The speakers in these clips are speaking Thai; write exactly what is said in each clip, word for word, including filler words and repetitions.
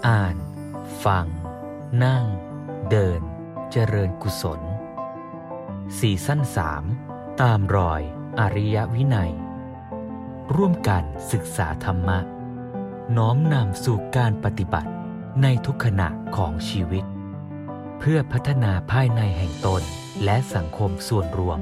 อ่านฟังนั่งเดินเจริญกุศลซีซั่นสามตามรอยอริยวินัยร่วมกันศึกษาธรรมะน้อมนำสู่การปฏิบัติในทุกขณะของชีวิตเพื่อพัฒนาภายในแห่งตนและสังคมส่วนรวม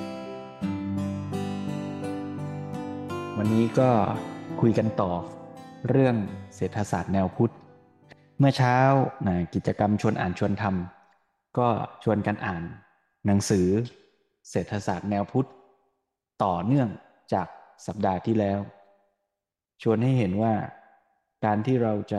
วันนี้ก็คุยกันต่อเรื่องเศรษฐศาสตร์แนวพุทธเมื่อเช้านะกิจกรรมชวนอ่านชวนทำก็ชวนกันอ่านหนังสือเศรษฐศาสตร์แนวพุทธต่อเนื่องจากสัปดาห์ที่แล้วชวนให้เห็นว่าการที่เราจะ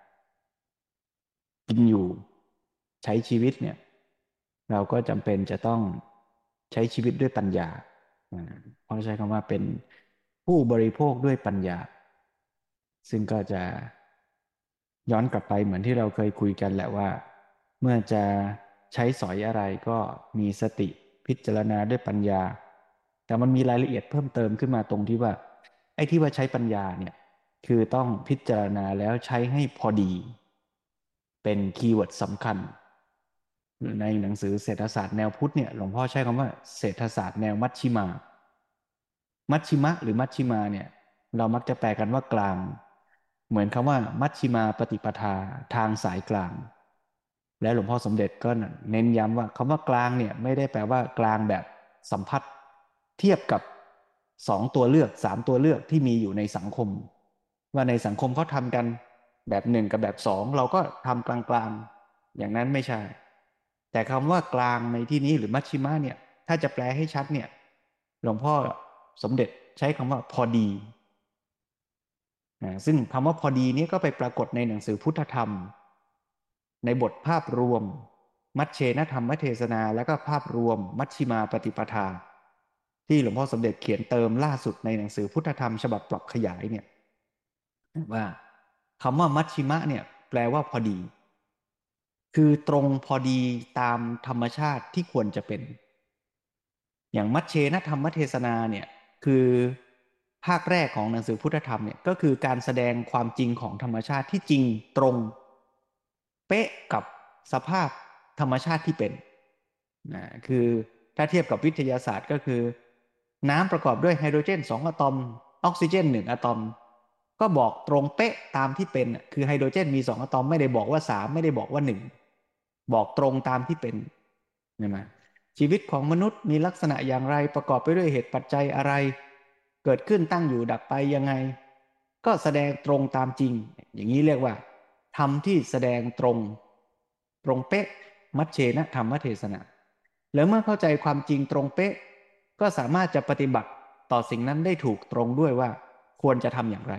กินอยู่ใช้ชีวิตเนี่ยเราก็จำเป็นจะต้องใช้ชีวิตด้วยปัญญาเพราะใช้คำว่าเป็นผู้บริโภคด้วยปัญญาซึ่งก็จะย้อนกลับไปเหมือนที่เราเคยคุยกันแหละว่าเมื่อจะใช้สอยอะไรก็มีสติพิจารณาด้วยปัญญาแต่มันมีรายละเอียดเพิ่มเติมขึ้นมาตรงที่ว่าไอ้ที่ว่าใช้ปัญญาเนี่ยคือต้องพิจารณาแล้วใช้ให้พอดีเป็นคีย์เวิร์ดสำคัญในหนังสือเศรษฐศาสตร์แนวพุทธเนี่ยหลวงพ่อใช้คำว่าเศรษฐศาสตร์แนวมัชชิมามัชชิมะหรือมัชชิมาเนี่ยเรามักจะแปลกันว่ากลางเหมือนคำว่ามัชชิมาปฏิปทาทางสายกลางและหลวงพ่อสมเด็จก็เน้นย้ำว่าคำว่ากลางเนี่ยไม่ได้แปลว่ากลางแบบสัมพัทธ์เทียบกับสองตัวเลือกสามตัวเลือกที่มีอยู่ในสังคมว่าในสังคมเขาทำกันแบบหนึ่งกับแบบสองเราก็ทำกลางๆอย่างนั้นไม่ใช่แต่คำว่ากลางในที่นี้หรือมัชชิมะเนี่ยถ้าจะแปลให้ชัดเนี่ยหลวงพ่อสมเด็จใช้คำว่าพอดีนะซึ่งคำว่าพอดีนี้ก็ไปปรากฏในหนังสือพุทธธรรมในบทภาพรวมมัชเชนธรรมเทศนาแล้วก็ภาพรวมมัชชิมาปฏิปทาที่หลวงพ่อสมเด็จเขียนเติมล่าสุดในหนังสือพุทธธรรมฉบับปรับขยายเนี่ยว่าคำว่ามัชชิมะเนี่ยแปลว่าพอดีคือตรงพอดีตามธรรมชาติที่ควรจะเป็นอย่างมัชเชนธรรมเทศนาเนี่ยคือภาคแรกของหนังสือพุทธธรรมเนี่ยก็คือการแสดงความจริงของธรรมชาติที่จริงตรงเป๊ะกับสภาพธรรมชาติที่เป็นนะคือถ้าเทียบกับวิทยาศาสตร์ก็คือน้ำประกอบด้วยไฮโดรเจนสองอะตอมออกซิเจนหนึ่งอะตอมก็บอกตรงเป๊ะตามที่เป็นคือไฮโดรเจนมีสองอะตอมไม่ได้บอกว่าสามไม่ได้บอกว่าหนึ่งบอกตรงตามที่เป็นใช่ไหมชีวิตของมนุษย์มีลักษณะอย่างไรประกอบไปด้วยเหตุปัจจัยอะไรเกิดขึ้นตั้งอยู่ดับไปยังไงก็แสดงตรงตามจริงอย่างนี้เรียกว่าธรรมที่แสดงตรงตรงเป๊ะมัชเชนะธรรมเทศนาแล้วเมื่อเข้าใจความจริงตรงเป๊ะก็สามารถจะปฏิบัติต่อสิ่งนั้นได้ถูกตรงด้วยว่าควรจะทำอย่างไร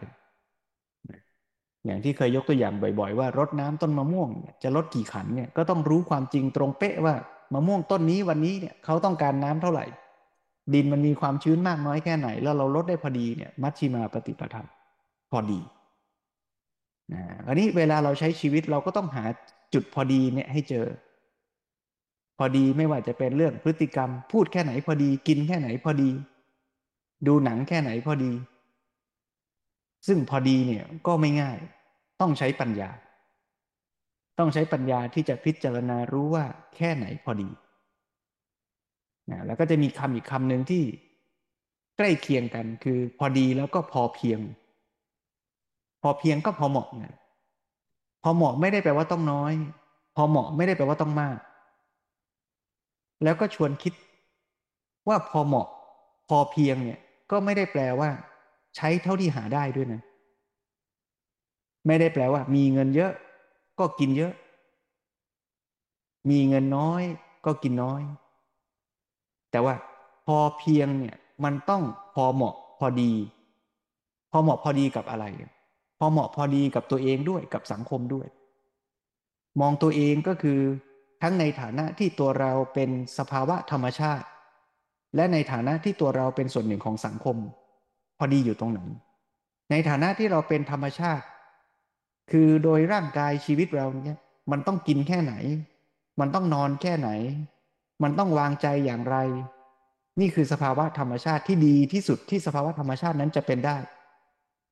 อย่างที่เคยยกตัวอย่างบ่อยๆว่ารดน้ำต้นมะม่วงจะรดกี่ขันเนี่ยก็ต้องรู้ความจริงตรงเป๊ะว่ามะม่วงต้นนี้วันนี้เนี่ยเขาต้องการน้ำเท่าไหร่ดินมันมีความชื้นมากน้อยแค่ไหนแล้วเราลดได้พอดีเนี่ยมัชฌิมาปฏิปทาพอดีนะอันนี้เวลาเราใช้ชีวิตเราก็ต้องหาจุดพอดีเนี่ยให้เจอพอดีไม่ว่าจะเป็นเรื่องพฤติกรรมพูดแค่ไหนพอดีกินแค่ไหนพอดีดูหนังแค่ไหนพอดีซึ่งพอดีเนี่ยก็ไม่ง่ายต้องใช้ปัญญาต้องใช้ปัญญาที่จะพิจารณารู้ว่าแค่ไหนพอดีนะแล้วก็จะมีคำอีกคำหนึ่งที่ใกล้เคียงกันคือพอดีแล้วก็พอเพียงพอเพียงก็พอเหมาะนะพอเหมาะไม่ได้แปลว่าต้องน้อยพอเหมาะไม่ได้แปลว่าต้องมากแล้วก็ชวนคิดว่าพอเหมาะพอเพียงเนี่ยก็ไม่ได้แปลว่าใช้เท่าที่หาได้ด้วยนะไม่ได้แปลว่ามีเงินเยอะก็กินเยอะมีเงินน้อยก็กินน้อยแต่ว่าพอเพียงเนี่ยมันต้องพอเหมาะพอดีพอเหมาะพอดีกับอะไรพอเหมาะพอดีกับตัวเองด้วยกับสังคมด้วยมองตัวเองก็คือทั้งในฐานะที่ตัวเราเป็นสภาวะธรรมชาติและในฐานะที่ตัวเราเป็นส่วนหนึ่งของสังคมพอดีอยู่ตรงไหนในฐานะที่เราเป็นธรรมชาติคือโดยร่างกายชีวิตเราเนี่ยมันต้องกินแค่ไหนมันต้องนอนแค่ไหนมันต้องวางใจอย่างไรนี่คือสภาวะธรรมชาติที่ดีที่สุดที่สภาวะธรรมชาตินั้นจะเป็นได้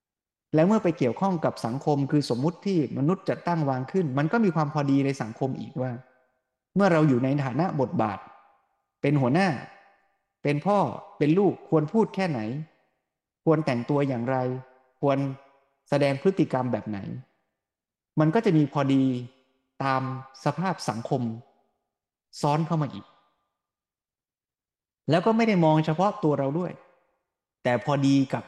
แล้วเมื่อไปเกี่ยวข้องกับสังคมคือสมมุติที่มนุษย์จะตั้งวางขึ้นมันก็มีความพอดีในสังคมอีกว่าเมื่อเราอยู่ในฐานะบทบาทเป็นหัวหน้าเป็นพ่อเป็นลูกควรพูดแค่ไหนควรแต่งตัวอย่างไรควรแสดงพฤติกรรมแบบไหนมันก็จะมีพอดีตามสภาพสังคมซ้อนเข้ามาอีกแล้วก็ไม่ได้มองเฉพาะตัวเราด้วยแต่พอดีกับ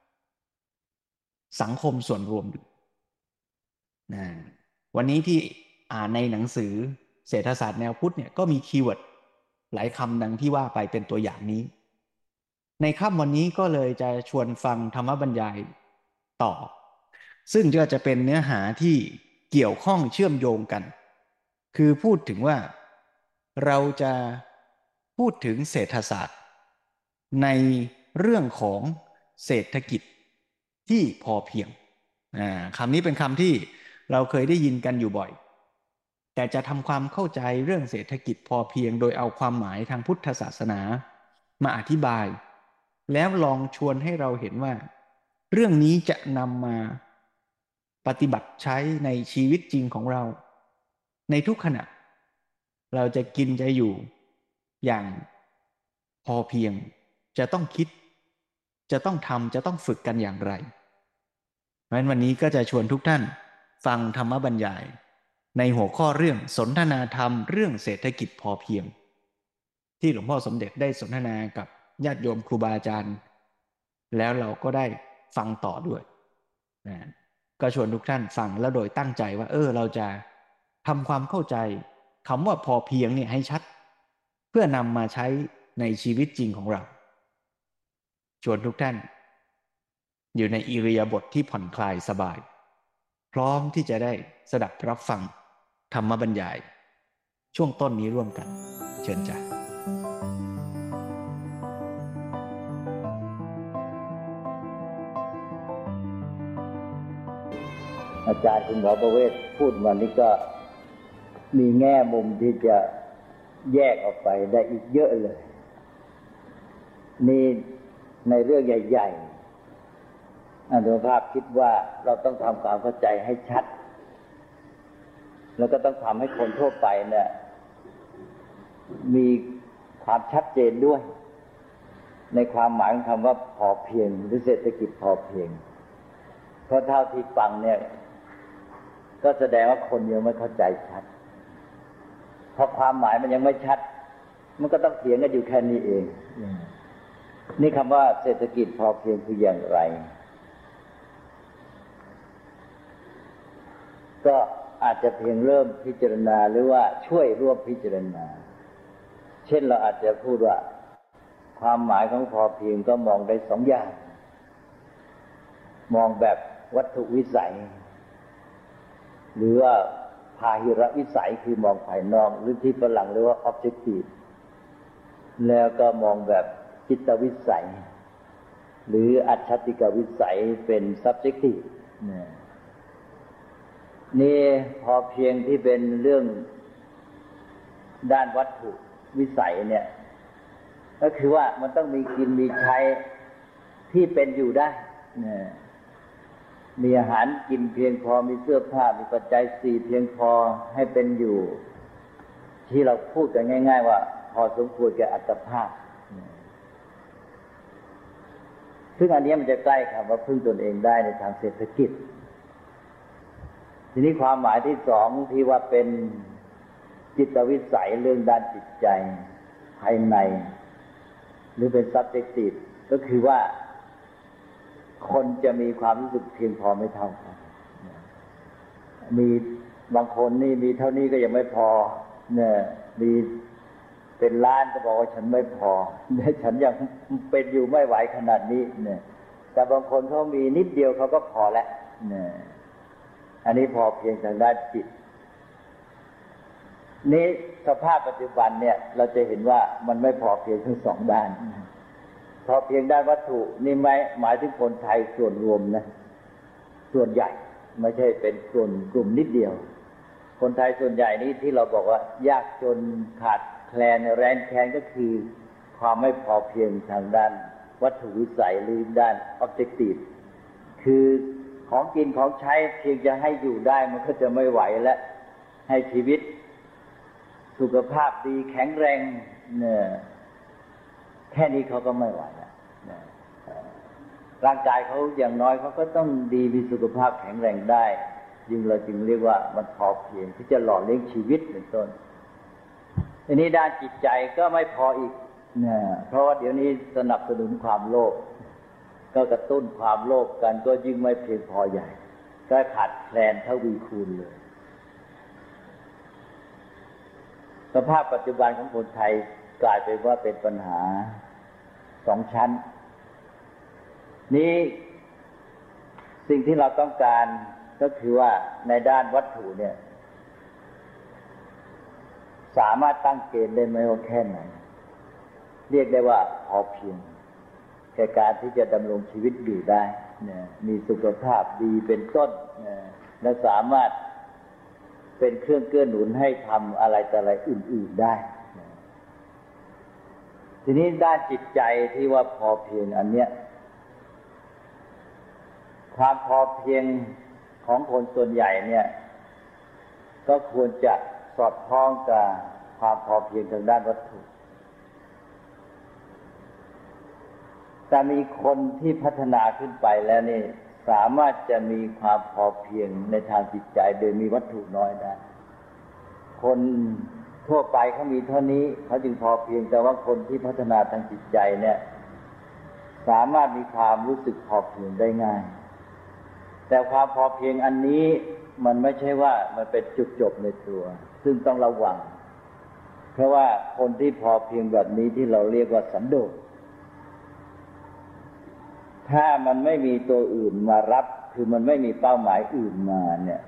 สังคมส่วนรวมนะวันนี้ที่อ่านในหนังสือเศรษฐศาสตร์แนวพุทธเนี่ยก็มีคีย์เวิร์ดหลายคำดังที่ว่าไปเป็นตัวอย่างนี้ในค่ำวันนี้ก็เลยจะชวนฟังธรรมบรรยายต่อซึ่งก็จะเป็นเนื้อหาที่เกี่ยวข้องเชื่อมโยงกันคือพูดถึงว่าเราจะพูดถึงเศรษฐศาสตร์ในเรื่องของเศรษฐกิจที่พอเพียงคำนี้เป็นคำที่เราเคยได้ยินกันอยู่บ่อยแต่จะทำความเข้าใจเรื่องเศรษฐกิจพอเพียงโดยเอาความหมายทางพุทธศาสนามาอธิบายแล้วลองชวนให้เราเห็นว่าเรื่องนี้จะนำมาปฏิบัติใช้ในชีวิตจริงของเราในทุกขณะเราจะกินจะอยู่อย่างพอเพียงจะต้องคิดจะต้องทำจะต้องฝึกกันอย่างไรเพราะฉะนั้นวันนี้ก็จะชวนทุกท่านฟังธรรมบรรยายในหัวข้อเรื่องสนทนาธรรมเรื่องเศรษฐกิจพอเพียงที่หลวงพ่อสมเด็จได้สนทนากับญาติโยมครูบาอาจารย์แล้วเราก็ได้ฟังต่อด้วยนะก็ชวนทุกท่านฟังแล้วโดยตั้งใจว่าเออเราจะทำความเข้าใจคำว่าพอเพียงเนี่ยให้ชัดเพื่อนำมาใช้ในชีวิตจริงของเราชวนทุกท่านอยู่ในอิริยาบถที่ผ่อนคลายสบายพร้อมที่จะได้สดับรับฟังธรรมบรรยายช่วงต้นนี้ร่วมกันเชิญจ้ะอาจารย์คุณหมอประเวศพูดมานี่ก็มีแง่มุมที่จะแยกออกไปได้อีกเยอะเลยนี่ในเรื่องใหญ่ๆอาจารย์ภาพคิดว่าเราต้องทำความเข้าใจให้ชัดแล้วก็ต้องทำให้คนทั่วไปเนี่ยมีความชัดเจนด้วยในความหมายของคำว่าพอเพียงหรือเศรษฐกิจพอเพียงเพราะเท่าที่ฟังเนี่ยก็แสดงว่าคนยังไม่เข้าใจชัดเพราะความหมายมันยังไม่ชัดมันก็ต้องเถียงกันอยู่แค่นี้เองนี่คำว่าเศรษฐกิจพอเพียงคืออย่างไรก็อาจจะเพียงเริ่มพิจารณาหรือว่าช่วยร่วมพิจารณาเช่นเราอาจจะพูดว่าความหมายของพอเพียงก็มองได้สองอย่างมองแบบวัตถุวิสัยหรือว่าพาหิรวิสัยคือมองภายนอกหรือที่ฝรั่งเรียกว่า objective แล้วก็มองแบบจิตวิสัยหรืออัจฉติกวิสัยเป็น subjective นี่พอเพียงที่เป็นเรื่องด้านวัตถุวิสัยเนี่ยก็คือว่ามันต้องมีกินมีใช้ที่เป็นอยู่ได้มีอาหารกินเพียงพอมีเสื้อผ้ามีปัจจัยสี่เพียงพอให้เป็นอยู่ที่เราพูดกันง่ายๆว่าพอสมควรแก่อัตภาพซึ่งอันนี้มันจะใกล้คำว่าพึ่งตนเองได้ในทางเศรษฐกิจทีนี้ความหมายที่สองที่ว่าเป็นจิตวิสัยเรื่องด้านจิตใจภายในหรือเป็น subjective ก็คือว่าคนจะมีความรู้สึกเพียงพอไม่เท่ากันมีบางคนนี่มีเท่านี้ก็ยังไม่พอเนี่ยมีเป็นล้านก็บอกว่าฉันไม่พอเนี่ยฉันยังเป็นอยู่ไม่ไหวขนาดนี้เนี่ยแต่บางคนเขามีนิดเดียวเขาก็พอแล้วเนี่ยอันนี้พอเพียงทางด้านจิตนี่สภาพปัจจุบันเนี่ยเราจะเห็นว่ามันไม่พอเพียงทั้งสองด้านพอเพียงด้านวัตถุนี่หมายหมายถึงคนไทยส่วนรวมนะส่วนใหญ่ไม่ใช่เป็นส่วนกลุ่มนิดเดียวคนไทยส่วนใหญ่นี้ที่เราบอกว่ายากจนขาดแคลนแร้นแค้นก็คือความไม่พอเพียงทางด้านวัตถุวิสัยหรือด้าน objective คือของกินของใช้เพียงจะให้อยู่ได้มันก็จะไม่ไหวแล้วให้ชีวิตสุขภาพดีแข็งแรงเนี่ยแค่นี้เขาก็ไม่ไหวแล้วร่างกายเขาอย่างน้อยเขาก็ต้องดีมีสุขภาพแข็งแรงได้จึงเราจึงเรียกว่ามันพอเพียงที่จะหล่อเลี้ยงชีวิตเป็นต้นทีนี้ด้านจิตใจก็ไม่พออีกเนี่ยเพราะว่าเดี๋ยวนี้สนับสนุนความโลภก็กระตุ้นความโลภกันก็ยิ่งไม่เพียงพอใหญ่ก็ขาดแคลนทวีคูณเลยสภาพปัจจุบันของคนไทยกลายเป็นว่าเป็นปัญหาสองชั้นนี้สิ่งที่เราต้องการก็คือว่าในด้านวัตถุเนี่ยสามารถตั้งเกณฑ์ได้ไหมว่าแค่ไหนเรียกได้ว่าพอเพียงแก่การที่จะดำรงชีวิตอยู่ได้เนี่ยมีสุขภาพดีเป็นต้นเนี่ยและสามารถเป็นเครื่องเกื้อหนุนให้ทำอะไรแต่อะไรอื่นๆได้ทีนี้ด้านจิตใจที่ว่าพอเพียงอันเนี้ยความพอเพียงของคนส่วนใหญ่เนี่ยก็ควรจะสอดคล้องกับความพอเพียงทางด้านวัตถุแต่มีคนที่พัฒนาขึ้นไปแล้วนี่สามารถจะมีความพอเพียงในทางจิตใจโดยมีวัตถุน้อยได้คนทั่วไปเขามีเท่านี้เขาจึงพอเพียงแต่ว่าคนที่พัฒนาทางจิตใจเนี่ยสามารถมีความรู้สึกพอเพียงได้ง่ายแต่ความพอเพียงอันนี้มันไม่ใช่ว่ามันเป็นจุดจบในตัวซึ่งต้องระวังเพราะว่าคนที่พอเพียงแบบนี้ที่เราเรียกว่าสันโดษถ้ามันไม่มีตัวอื่นมารับคือมันไม่มีเป้าหมายอื่นมาเนี่ย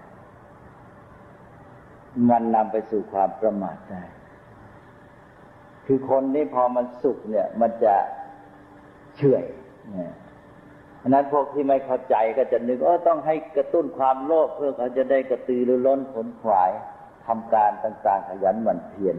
มันนำไปสู่ความประมาทได้คือคนนี้พอมันสุขเนี่ยมันจะเฉื่อยเนี่ยฉะนั้นพวกที่ไม่เข้าใจก็จะนึกว่าต้องให้กระตุ้นความโลภเพื่อเขาจะได้กระตือรือร้นขนขวายทำการต่างๆขยันหมั่นเพียร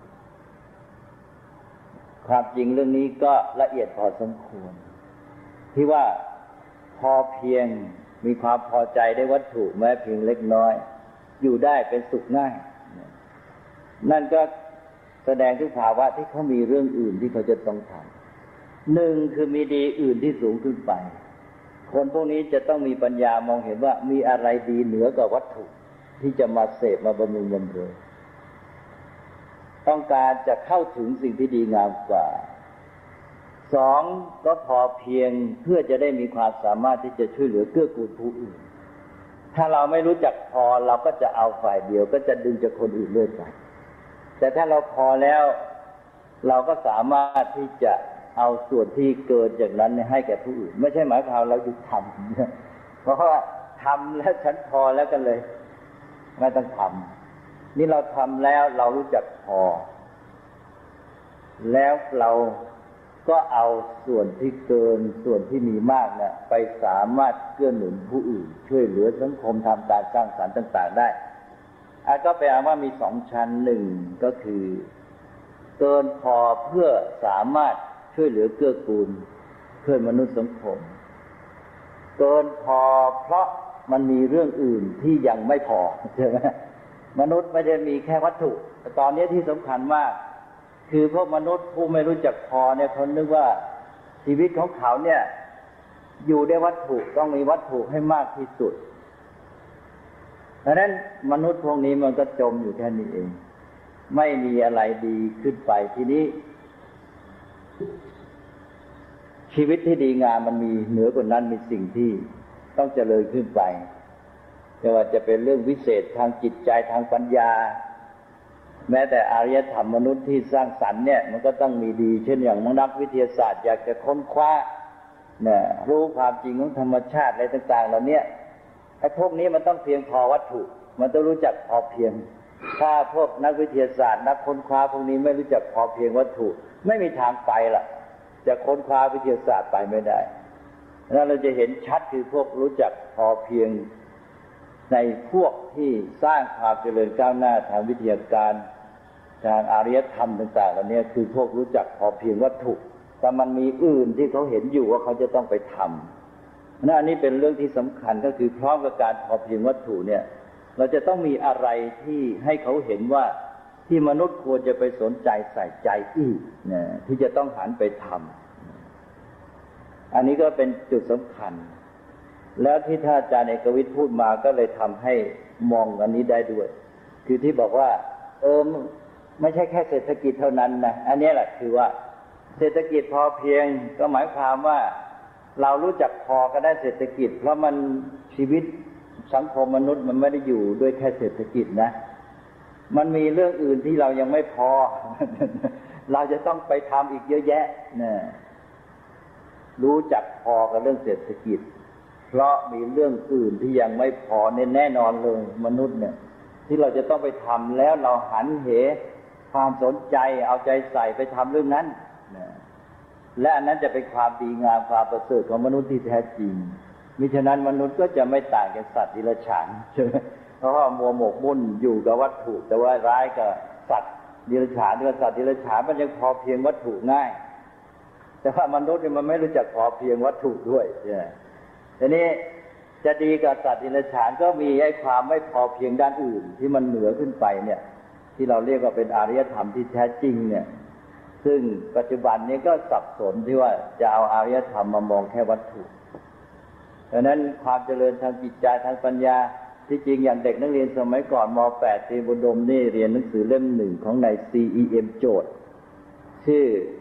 ความจริงเรื่องนี้ก็ละเอียดพอสมควรที่ว่าพอเพียงมีความพอใจได้วัตถุแม้เพียงเล็กน้อยอยู่ได้เป็นสุขง่ายนั่นก็แสดงถึงภาวะที่เขามีเรื่องอื่นที่เขาจะต้องทำหนึ่งคือมีดีอื่นที่สูงขึ้นไปคนพวกนี้จะต้องมีปัญญามองเห็นว่ามีอะไรดีเหนือกว่าวัตถุที่จะมาเสพมาบำรุงบำเรอต้องการจะเข้าถึงสิ่งที่ดีงามกว่าสองก็พอเพียงเพื่อจะได้มีความสามารถที่จะช่วยเหลือเกื้อกูลผู้อื่นถ้าเราไม่รู้จักพอเราก็จะเอาฝ่ายเดียวก็จะดึงจากคนอื่นเรื่อยไปแต่ถ้าเราพอแล้วเราก็สามารถที่จะเอาส่วนที่เกินจากนั้นให้แก่ผู้อื่นไม่ใช่หมายความเราหยุดทำเพราะว่าทำแล้วฉันพอแล้วกันเลยไม่ต้องทำนี่เราทำแล้วเรารู้จักพอแล้วเราก็เอาส่วนที่เกินส่วนที่มีมากเนี่ยไปสามารถเกื้อหนุนผู้อื่นช่วยเหลือสังคมทำการสร้างสรรค์ต่างๆได้อ่ะก็แปลว่ามีสองชั้นหนึ่งก็คือเกินพอเพื่อสามารถช่วยเหลือเกื้อกูลเพื่อมนุษย์สังคมเกินพอเพราะมันมีเรื่องอื่นที่ยังไม่พอใช่ไหมมนุษย์ไม่ได้มีแค่วัตถุแต่ตอนนี้ที่สำคัญมากคือพวกมนุษย์ผู้ไม่รู้จักพอเนี่ยเขานึกว่าชีวิตของเขาเนี่ยอยู่ด้วยวัตถุต้องมีวัตถุให้มากที่สุดดังนั้นมนุษย์พวกนี้มันก็จมอยู่แค่นี้เองไม่มีอะไรดีขึ้นไปทีนี้ชีวิตที่ดีงามมันมีเหนือกว่านั้นมีสิ่งที่ต้องเจริญขึ้นไปไม่ว่าจะเป็นเรื่องวิเศษทางจิตใจทางปัญญาแม้แต่อารยธรรมมนุษย์ที่สร้างสรรค์เนี่ยมันก็ต้องมีดีเช่นอย่างนักวิทยาศาสตร์อยากจะค้นคว้าเนี่ยรู้ความจริงของธรรมชาติอะไรต่างๆเหล่านี้ไอ้พวกนี้มันต้องเพียงพอวัตถุมันต้องรู้จักพอเพียงถ้าพวกนักวิทยาศาสตร์นักค้นคว้าพวกนี้ไม่รู้จักพอเพียงวัตถุไม่มีทางไปล่ะจะค้นคว้าวิทยาศาสตร์ไปไม่ได้แล้วเราจะเห็นชัดคือพวกรู้จักพอเพียงในพวกที่สร้างความเจริญก้าวหน้าทางวิทยาการทางอารยธรรมต่างๆเหล่านี้คือพวกรู้จักพอเพียงวัตถุแต่มันมีอื่นที่เขาเห็นอยู่ว่าเขาจะต้องไปทนั่นอันนี้เป็นเรื่องที่สำคัญก็คือพร้อมกับการพอเพียงวัตถุเนี่ยเราจะต้องมีอะไรที่ให้เขาเห็นว่าที่มนุษย์ควรจะไปสนใจใส่ใจอีกนะที่จะต้องหันไปทำอันนี้ก็เป็นจุดสำคัญแล้วที่ท่านอาจารย์เอกวิทย์พูดมาก็เลยทำให้มองอันนี้ได้ด้วยคือที่บอกว่าเออไม่ใช่แค่เศรษฐกิจเท่านั้นนะอันนี้แหละคือว่าเศรษฐกิจพอเพียงก็หมายความว่าเรารู้จักพอก็ได้เศรษฐกิจเพราะมันชีวิตสังคมมนุษย์มันไม่ได้อยู่ด้วยแค่เศรษฐกิจนะมันมีเรื่องอื่นที่เรายังไม่พอ เราจะต้องไปทำอีกเยอะแยะนะรู้จักพอกับเรื่องเศรษฐกิจเพราะมีเรื่องอื่นที่ยังไม่พอแน่นอนเลยมนุษย์เนี่ยที่เราจะต้องไปทำแล้วเราหันเหความสนใจเอาใจใส่ไปทำเรื่องนั้นนะและอันนั้นจะเป็นความดีงามความประเสริฐของมนุษย์ที่แท้จริงมิฉะนั้นมนุษย์ก็จะไม่ต่างจากสัตว์ดิรัจฉานใช่ไหมเพราะว่ามัวหมกมุ่นอยู่กับวัตถุแต่ว่าร้ายกับสัตว์ดิรัจฉานด้วยสัตว์ดิรัจฉานมันยังพอเพียงวัตถุง่ายแต่ว่ามนุษย์เนี่ยมันไม่รู้จักพอเพียงวัตถุด้วยใช่ไหมทีนี้จะดีกับสัตว์ดิรัจฉานก็มีไอ้ความไม่พอเพียงด้านอื่นที่มันเหนือขึ้นไปเนี่ยที่เราเรียกว่าเป็นอารยธรรมที่แท้จริงเนี่ยซึ่งปัจจุบันนี้ก็สับสนที่ว่าจะเอาอารยธรรมมามองแค่วัตถุดังนั้นความเจริญทางจิตใจทางปัญญาที่จริงอย่างเด็กนักเรียนสมัยก่อนม.แปด ตรีบุดมนี่เรียนหนังสือเล่มหนึ่งของนาย ซี อี เอ็ม โจทย์ชื่อ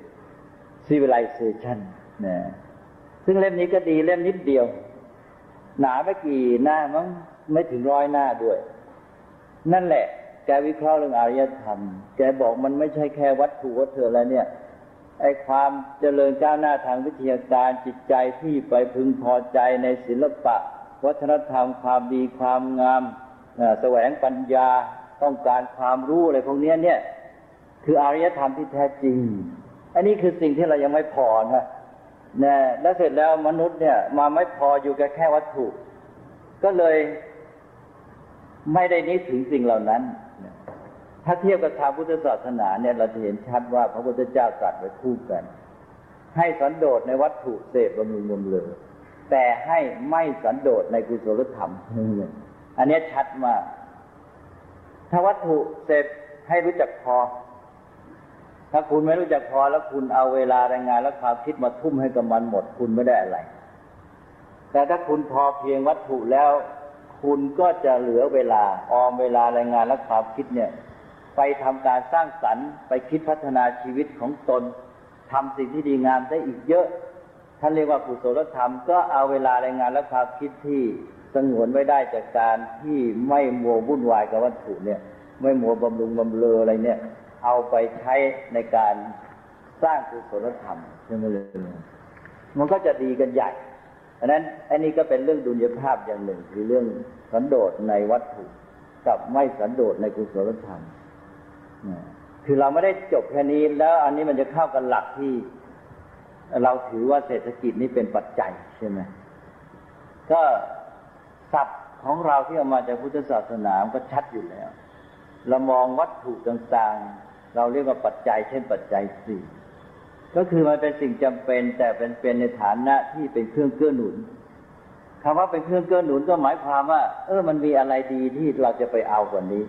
Civilization นะซึ่งเล่มนี้ก็ดีเล่มนิดเดียวหนาไม่กี่หน้ามั้งไม่ถึงร้อยหน้าด้วยนั่นแหละแกวิเคราะห์เรื่องอารยธรรมแกบอกมันไม่ใช่แค่วัตถุวัตถุอะไรเนี่ยไอ้ความเจริญก้าวหน้าทางวิทยาการจิตใจที่ไปพึงพอใจในศิลปะวัฒนธรรมความดีความงามแสวงปัญญาต้องการความรู้อะไรพวกนี้เนี่ยคืออารยธรรมที่แท้จริงอันนี้คือสิ่งที่เรายังไม่พอนะนะแล้วเสร็จแล้วมนุษย์เนี่ยมาไม่พออยู่กับแค่วัตถุก็เลยไม่ได้นึกถึงสิ่งเหล่านั้นถ้าเทียบกับทางพุทธศาสนาเนี่ยเราจะเห็นชัดว่าพระพุทธเจ้าตรัสไว้คู่กันให้สันโดษในวัตถุเสพบำรุงบำเรอแต่ให้ไม่สันโดษในกุศลธรรมอันนี้ชัดมากถ้าวัตถุเสพให้รู้จักพอถ้าคุณไม่รู้จักพอแล้วคุณเอาเวลาแรงงานและความคิดมาทุ่มให้กับมันหมดคุณไม่ได้อะไรแต่ถ้าคุณพอเพียงวัตถุแล้วคุณก็จะเหลือเวลาออมเวลาแรงงานและความคิดเนี่ยไปทำการสร้างสรรค์ไปคิดพัฒนาชีวิตของตนทำสิ่งที่ดีงามได้อีกเยอะท่านเรียกว่ากุศลธรรมก็เอาเวลาแรงงานและความคิดที่สงวนไว้ได้จากการที่ไม่มัววุ่นวายกับวัตถุเนี่ยไม่มัวบำรุงบำเรออะไรเนี่ยเอาไปใช้ในการสร้างกุศลธรรมใช่ไหมเลยมันก็จะดีกันใหญ่อันนั้นอันนี้ก็เป็นเรื่องดุลยภาพอย่างหนึ่งคือเรื่องสันโดษในวัตถุกับไม่สันโดษในกุศลธรรมคือเราไม่ได้จบแค่นี้แล้วอันนี้มันจะเข้ากับหลักที่เราถือว่าเศรษฐกิจนี้เป็นปัจจัยใช่ไหมก็ศัพท์ของเราที่เอามาจากพุทธศาสนาก็ชัดอยู่แล้วเรามองวัตถุต่างๆเราเรียกว่าปัจจัยเช่นปัจจัยสี่ก็คือมันเป็นสิ่งจำเป็นแต่เป็นเป็นในฐานะที่เป็นเครื่องเกื้อหนุนคำว่าเป็นเครื่องเกื้อหนุนก็หมายความว่าเออมันมีอะไรดีที่เราจะไปเอากว่านี้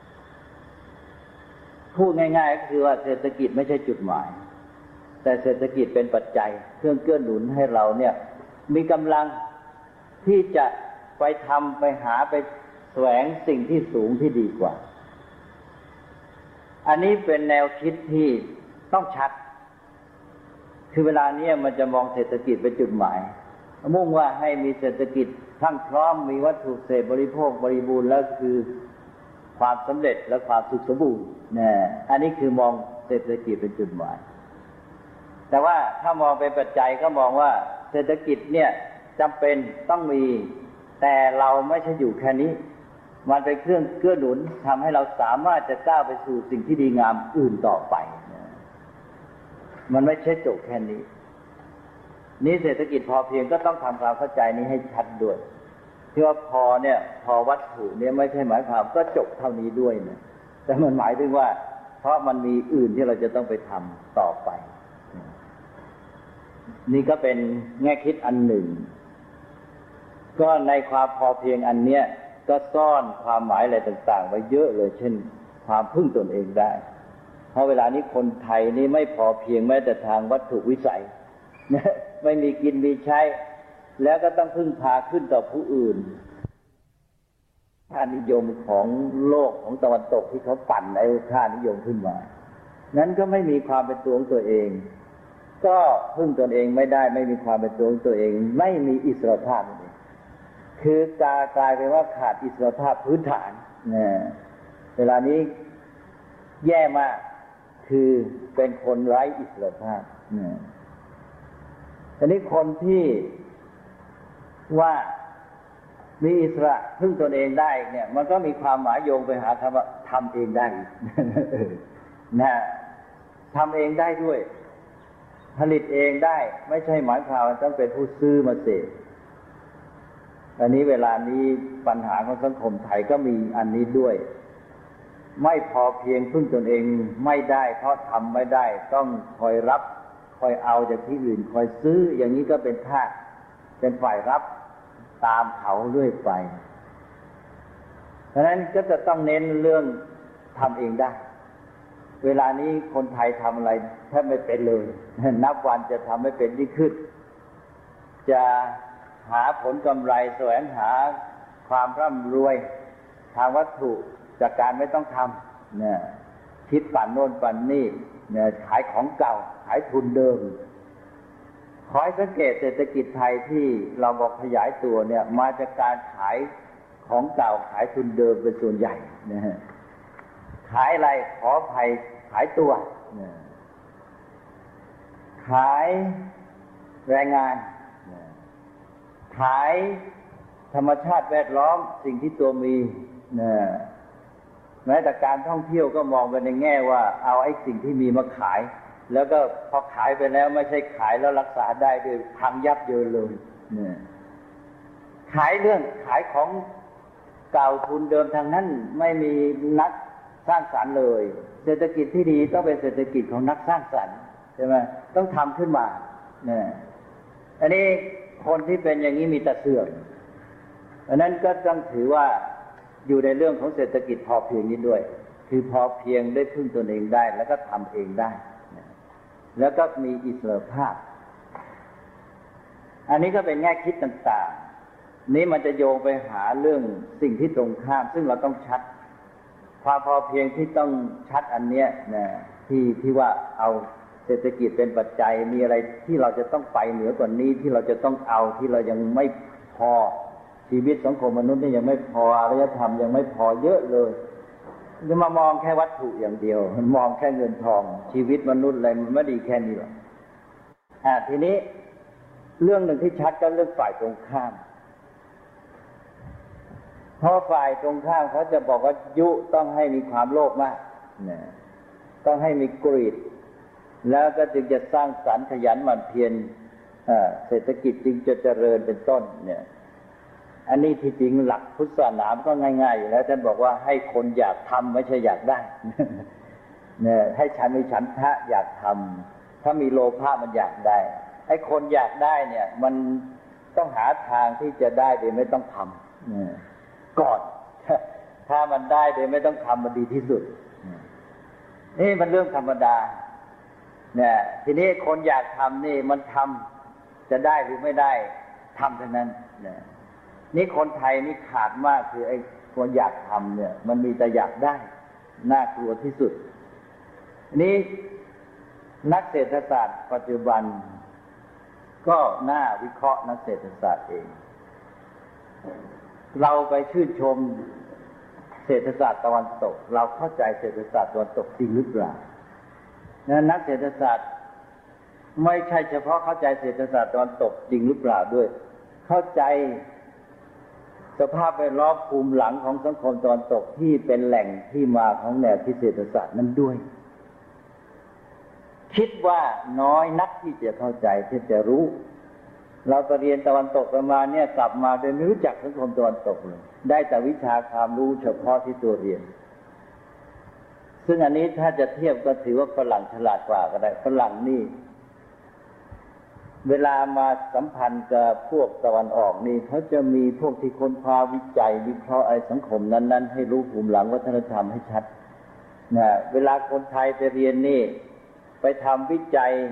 พูดง่ายๆก็คือว่าเศรษฐกิจไม่ใช่จุดหมายแต่เศรษฐกิจเป็นปัจจัยเครื่องเกื้อหนุนให้เราเนี่ยมีกำลังที่จะไปทำไปหาไปแสวงสิ่งที่สูงที่ดีกว่าอันนี้เป็นแนวคิดที่ต้องชัดคือเวลานี้มันจะมองเศรษฐกิจเป็นจุดหมายมุ่งว่าให้มีเศรษฐกิจทั้งพร้อมมีวัตถุเสพบริโภคบริบูรณ์แล้วคือความสำเร็จและความสุขสมบูรณ์นะอันนี้คือมองเศรษฐกิจเป็นจุดหมายแต่ว่าถ้ามองเป็นปัจจัยก็มองว่าเศรษฐกิจเนี่ยจำเป็นต้องมีแต่เราไม่ใช่อยู่แค่นี้มันเป็นเครื่องเกื้อหนุนทำให้เราสามารถจะก้าวไปสู่สิ่งที่ดีงามอื่นต่อไปมันไม่ใช่จบแค่นี้นี่เศรษฐกิจพอเพียงก็ต้องทำความเข้าใจนี้ให้ชัดด้วยที่ว่าพอเนี่ยพอวัตถุเนี่ยไม่ใช่หมายความก็จบเท่านี้ด้วยนะแต่มันหมายถึงว่าเพราะมันมีอื่นที่เราจะต้องไปทำต่อไปนี่ก็เป็นแง่คิดอันหนึ่งก็ในความพอเพียงอันเนี้ยก็ซ่อนความหมายอะไรต่างๆไว้เยอะเลยเช่นความพึ่งตนเองได้เพราะเวลานี้คนไทยนี่ไม่พอเพียงแม้แต่ทางวัตถุวิสัยไม่มีกินมีใช้แล้วก็ต้องพึ่งพาขึ้นต่อผู้อื่นค่านิยมของโลกของตะวันตกที่เขาปั่นไอ้ค่านิยมขึ้นมานั้นก็ไม่มีความเป็นตัวของตัวเองก็พึ่งตนเองไม่ได้ไม่มีความเป็นตัวของตัวเองไม่มีอิสรภาพคือกลายเป็นว่าขาดอิสรภาพพื้นฐานเนี่ยเวลานี้แย่มากคือเป็นคนไร้อิสรภาพเนี่ยทีนี้คนที่ว่ามีอิสระพึ่งตนเองได้เนี่ยมันก็มีความหมายโยงไปหาคำว่าทำเองได้นะทำเองได้ด้วยผลิตเองได้ไม่ใช่หมายความว่าต้องเป็นผู้ซื้อมาเสพอันนี้เวลานี้ปัญหาของสังคมไทยก็มีอันนี้ด้วยไม่พอเพียงพึ่งตนเองไม่ได้เพราะทำไม่ได้ต้องคอยรับคอยเอาจากที่อื่นคอยซื้ออย่างนี้ก็เป็นทาสเป็นฝ่ายรับตามเขาเรื่อยไปเพราะฉะนั้นก็จะต้องเน้นเรื่องทำเองได้เวลานี้คนไทยทำอะไรแทบไม่เป็นเลยนับวันจะทำไม่เป็นยิ่งขึ้นจะหาผลกำไรแสวงหาความร่ำรวยทางวัตถุจากการไม่ต้องทำเนี่ยคิดปั่นโน่นปั่นนี่เนี่ยขายของเก่าขายทุนเดิมขอให้สังเกตเศรษฐกิจไทยที่เราบอกขยายตัวเนี่ยมาจากการขายของเก่าขายทุนเดิมเป็นส่วนใหญ่นะฮะขายอะไรขออภัยขายตัวขายแรงงานขายธรรมชาติแวดล้อมสิ่งที่ตัวมีแม้แต่การท่องเที่ยวก็มองไปในแง่ว่าเอาไอ้สิ่งที่มีมาขายแล้วก็พอขายไปแล้วไม่ใช่ขายแล้วรักษาได้ด้วยพังยับเยินเลยเนี่ยขายเรื่องขายของเก่าทุนเดิมทางนั้นไม่มีนักสร้างสรรค์เลยเศรษฐกิจที่ดีต้องเป็นเศรษฐกิจของนักสร้างสรรค์ใช่ไหมต้องทำขึ้นมาเนี่ยอันนี้คนที่เป็นอย่างนี้มีแต่เสื่อมอันนั้นก็ต้องถือว่าอยู่ในเรื่องของเศรษฐกิจพอเพียงนี้ด้วยคือพอเพียงได้พึ่งตนเองได้แล้วก็ทำเองได้แล้วก็มีอิสรภาพอันนี้ก็เป็นแง่คิดต่างๆนี้มันจะโยงไปหาเรื่องสิ่งที่ตรงข้ามซึ่งเราต้องชัดความพอเพียงที่ต้องชัดอันเนี้ยนะที่ที่ว่าเอาเศรษฐกิจเป็นปัจจัยมีอะไรที่เราจะต้องไปเหนือกว่านี้ที่เราจะต้องเอาที่เรายังไม่พอชีวิตสังคมมนุษย์นี่ยังไม่พออารยธรรมยังไม่พอเยอะเลยจะมามองแค่วัตถุอย่างเดียวมันมองแค่เงินทองชีวิตมนุษย์อะไรมันไม่ดีแค่นี้หรอกอ่าทีนี้เรื่องหนึ่งที่ชัดก็เรื่องฝ่ายตรงข้ามเพราะฝ่ายตรงข้ามเขาจะบอกว่ายุต้องให้มีความโลภมากนะต้องให้มีกรีดแล้วก็จึงจะสร้างสรรค์ขยันหมั่นเพียรเศรษฐกิจจึงจะเจริญเป็นต้นเนี่ยอันนี้ที่จริงหลักพุทธศาสนาก็ง่ายๆอยู่แล้วท่านบอกว่าให้คนอยากทำไม่ใช่อยากได้เนี่ยให้ฉันมีฉันทะอยากทำถ้ามีโลภะมันอยากได้ไอ้คนอยากได้เนี่ยมันต้องหาทางที่จะได้โดยไม่ต้องทำก่อนถ้ามันได้โดยไม่ต้องทำมันดีที่สุดนี่มันเรื่องธรรมดาเนี่ยทีนี้คนอยากทำนี่มันทำจะได้หรือไม่ได้ทำเท่านั้นเนี่ยนี่คนไทยนี่ขาดมากคือไอ้คนอยากทำเนี่ยมันมีแต่อยากได้น่ากลัวที่สุดนี้นักเศรษฐศาสตร์ปัจจุบันก็น่าวิเคราะห์นักเศรษฐศาสตร์เองเราไปชื่นชมเศรษฐศาสตร์ตะวันตกเราเข้าใจเศรษฐศาสตร์ตะวันตกจริงหรือเปล่านักเศรษฐศาสตร์ไม่ใช่เฉพาะเข้าใจเศรษฐศาสตร์ตะวันตกจริงหรือเปล่าด้วยเข้าใจสภาพแวดล้อมภูมิหลังของสังคมตะวันตกที่เป็นแหล่งที่มาของแนวคิดเศรษฐศาสตร์นั้นด้วยคิดว่าน้อยนักที่จะเข้าใจที่จะรู้เราไปเรียนตะวันตกประมาณเนี่ยกลับมาโดยไม่รู้จักสังคมตะวันตกเลยได้แต่วิชาความรู้เฉพาะที่ตัวเรียนซึ่งอันนี้ถ้าจะเทียบก็ถือว่าฝรั่งฉลาดกว่าก็ได้ฝรั่งนี่เวลามาสัมพันธ์กับพวกตะวันออกนี่เขาจะมีพวกที่ค้นคว้าวิจัยวิเคราะห์ไอ้สังคมนั้นๆให้รู้ภูมิหลังวัฒนธรรมให้ชัดนะเวลาคนไทยไปเรียนนี่ไปทำวิจัย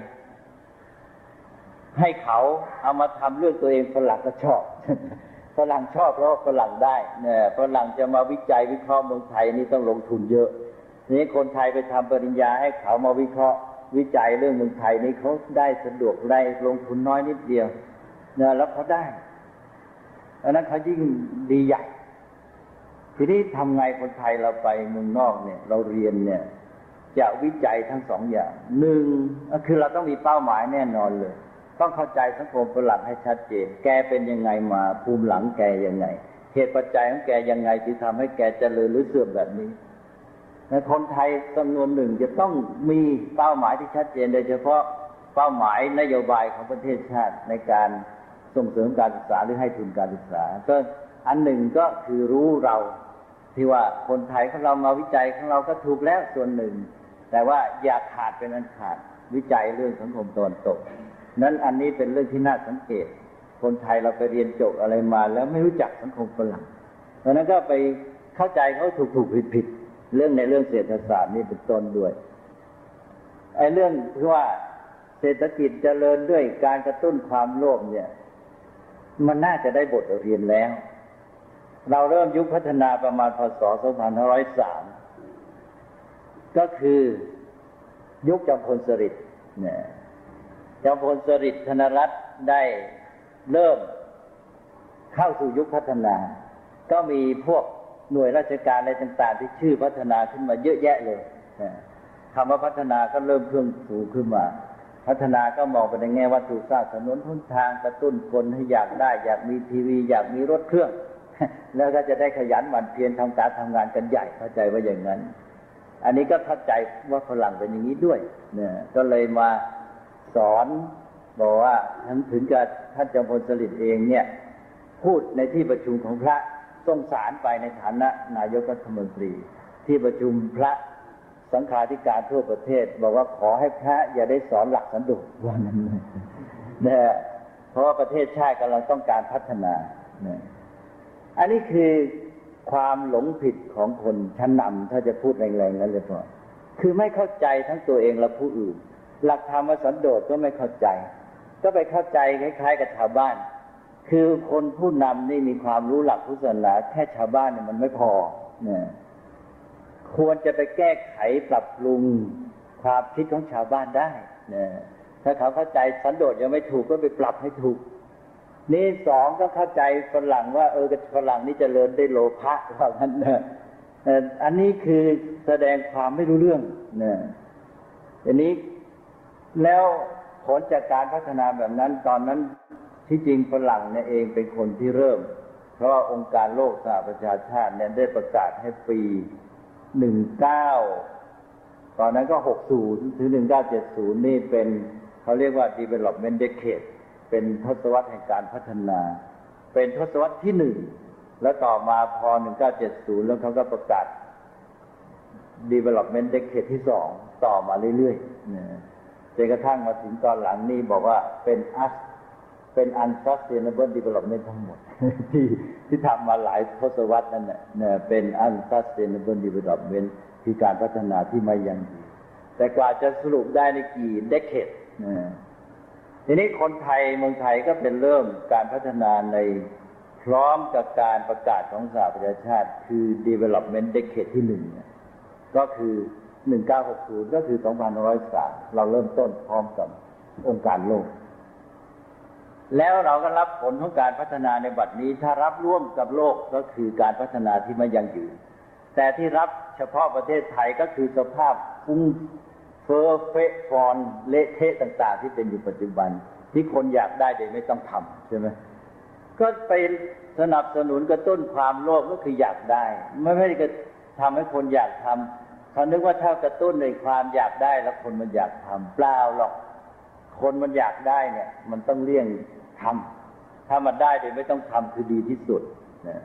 ให้เขาเอามาทำเรื่องตัวเองฝรั่งก็ชอบฝรั่งชอบเพราะฝรั่งได้เนี่ยฝรั่งจะมาวิจัยวิเคราะห์เมืองไทยนี่ต้องลงทุนเยอะทีนี้คนไทยไปทำปริญญาให้เขามาวิเคราะห์วิจัยเรื่องเมืองไทยนี่เขาได้สะดวกได้ลงทุนน้อยนิดเดียวเนี่ยแล้วเขาได้อันนั้นเขายิ่งดีใหญ่ทีนี้ทำไงคนไทยเราไปเมืองนอกเนี่ยเราเรียนเนี่ยจะวิจัยทั้งสองอย่างหนึ่งก็คือเราต้องมีเป้าหมายแน่นอนเลยต้องเข้าใจสังคมฝรั่งให้ชัดเจนแกเป็นยังไงมาภูมิหลังแกยังไงเหตุปัจจัยของแกยังไงที่ทำให้แกเจริญหรือเสื่อมแบบนี้ในคนไทยจำนวนหนึ่งจะต้องมีเป้าหมายที่ชัดเจนโดยเฉพาะเป้าหมายนโยบายของประเทศชาติในการส่งเสริมการศึกษาหรือให้ทุนการศึกษาก็อันหนึ่งก็คือรู้เราที่ว่าคนไทยของเรามาวิจัยของเราก็ถูกแล้วส่วนหนึ่งแต่ว่าอย่าขาดเป็นอันขาดวิจัยเรื่องสังคมตะวันตกนั้นอันนี้เป็นเรื่องที่น่าสังเกตคนไทยเราไปเรียนจบอะไรมาแล้วไม่รู้จักสังคมฝรั่งเพราะนั้นก็ไปเข้าใจเขาถูกถูกผิดผิดเรื่องในเรื่องเศรษฐศาสตร์นี่เป็นต้นด้วยไอ้เรื่องที่ว่าเศรษฐกิจเจริญด้วยการกระตุ้นความโลภเนี่ยมันน่าจะได้บทเรียนแล้วเราเริ่มยุคพัฒนาประมาณพ.ศ. สองพันห้าร้อยสามก็คือยุคจอมพลสฤษดิ์เนี่ยจอมพลสฤษดิ์ธนรัตน์ได้เริ่มเข้าสู่ยุคพัฒนาก็มีพวกหน่วยราชการอะไรต่างๆที่ชื่อพัฒนาขึ้นมาเยอะแยะเลยคำว่าพัฒนาก็เริ่มเพิ่มสูงขึ้นมาพัฒนาก็มองไปในแง่วัตถุสร้างถนนหนทางกระตุ้นคนให้อยากได้อยากมีทีวีอยากมีรถเครื่องแล้วก็จะได้ขยันหมั่นเพียรทำการทำงานกันใหญ่เข้าใจว่าอย่างนั้นอันนี้ก็เข้าใจว่าฝรั่งเป็นอย่างนี้ด้วยเนี่ยก็เลยมาสอนบอกว่าทั้งถึงกับท่านจอมพลสฤษดิ์เองเนี่ยพูดในที่ประชุมของพระส่งสารไปในฐานะนายกรัฐมนตรีที่ประชุมพระสังฆาธิการทั่วประเทศบอกว่าขอให้พระอย่าได้สอนหลักสันโดษว่านั้นนะเพราะว่าประเทศชาติกำลังต้องการพัฒนานะอันนี้คือความหลงผิดของคนชั้นนำถ้าจะพูดแรงๆนั้นเลยพอคือไม่เข้าใจทั้งตัวเองและผู้อื่นหลักธรรมสันโดษก็ไม่เข้าใจก็ไปเข้าใจคล้ายๆกับชาวบ้านคือคนผู้นำนี่มีความรู้หลักพุทธศาสนาแค่ชาวบ้านเนี่ยมันไม่พอเนี่ยควรจะไปแก้ไขปรับปรุงความคิดของชาวบ้านได้เนี่ยถ้าเขาเข้าใจสันโดษยังไม่ถูกก็ไปปรับให้ถูกนี่สองก็เข้าใจฝรั่งว่าเออฝรั่งนี่เจริญได้โลภะว่างั้นนะอันนี้คือแสดงความไม่รู้เรื่องเนี่ยอันนี้แล้วผลจากการพัฒนาแบบนั้นตอนนั้นที่จริงฝรั่งเนี่ยเองเป็นคนที่เริ่มเพราะองค์การโลกสหประชาชาติเนี่ยได้ประกาศให้ปีหนึ่งเก้าตอนนั้นก็หกสิบถึงหนึ่งเก้าเจ็ดสิบนี่เป็นเขาเรียกว่า development decade เป็นทศวรรษแห่งการพัฒนาเป็นทศวรรษที่หนึ่งแล้วต่อมาพอหนึ่งเก้าเจ็ดสิบแล้วเขาก็ประกาศ development decade ที่สองต่อมาเรื่อยๆนะจนกระทั่งมาถึงตอนหลังนี่บอกว่าเป็น us เป็น unsustainable development ทั้งหมดที่ที่ทำมาหลายทศวรรษนั่นแหละเป็น unsustainable development คือการพัฒนาที่ไม่ยั่งยืนแต่กว่าจะสรุปได้ในกี่ decade นะทีนี้คนไทยเมืองไทยก็เป็นเริ่มการพัฒนาในพร้อมกับการประกาศของสหประชาชาติคือ development decade ที่หนึ่งก็คือหนึ่งเก้าหกศูนย์ก็คือสองพันห้าร้อยสามเราเริ่มต้นพร้อมกับองค์การโลกแล้วเราก็รับผลของการพัฒนาในบัดนี้ถ้ารับร่วมกับโลกก็คือการพัฒนาที่ไม่ยั่งยืนแต่ที่รับเฉพาะประเทศไทยก็คือสภาพฟุ้งเฟ้อเฟะฟอนเละเทะต่างๆที่เป็นอยู่ปัจจุบันที่คนอยากได้โดยไม่ต้องทำใช่ไหมก็ไปสนับสนุนกระตุ้นความโลภก็คืออยากได้ไม่ไม่ได้ทำให้คนอยากทำเขานึกว่าถ้ากระตุ้นในความอยากได้แล้วคนมันอยากทำเปล่าหรอกคนมันอยากได้เนี่ยมันต้องเลี่ยงทำถ้ามันได้โดยไม่ต้องทำคือดีที่สุดนะ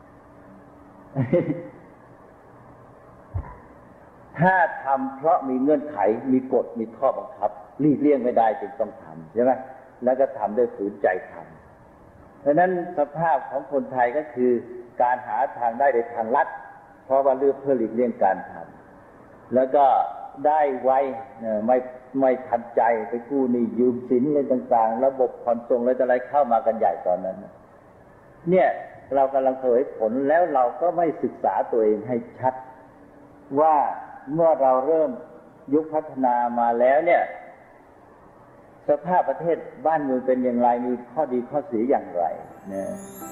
ถ้าทำเพราะมีเงื่อนไขมีกฎมีข้อบังคับหลีกเลี่ยงไม่ได้จึงต้องทำใช่ไหมแล้วก็ทำด้วยฝืนใจทำเพราะนั้นสภาพของคนไทยก็คือการหาทางได้ในทางลัดเพราะว่าเลือกเพื่อหลีกเลี่ยงการทำแล้วก็ได้ไวไม่ไม่ทันใจไปกู้หนี้ยืมสินอะไรต่างๆระบบผ่อนส่งอะไรต่ออะไรเข้ามากันใหญ่ตอนนั้นเนี่ยเรากำลังเผยผลแล้วเราก็ไม่ศึกษาตัวเองให้ชัดว่าเมื่อเราเริ่มยุคพัฒนามาแล้วเนี่ยสภาพประเทศบ้านเมืองเป็นอย่างไรมีข้อดีข้อเสียอย่างไรนะ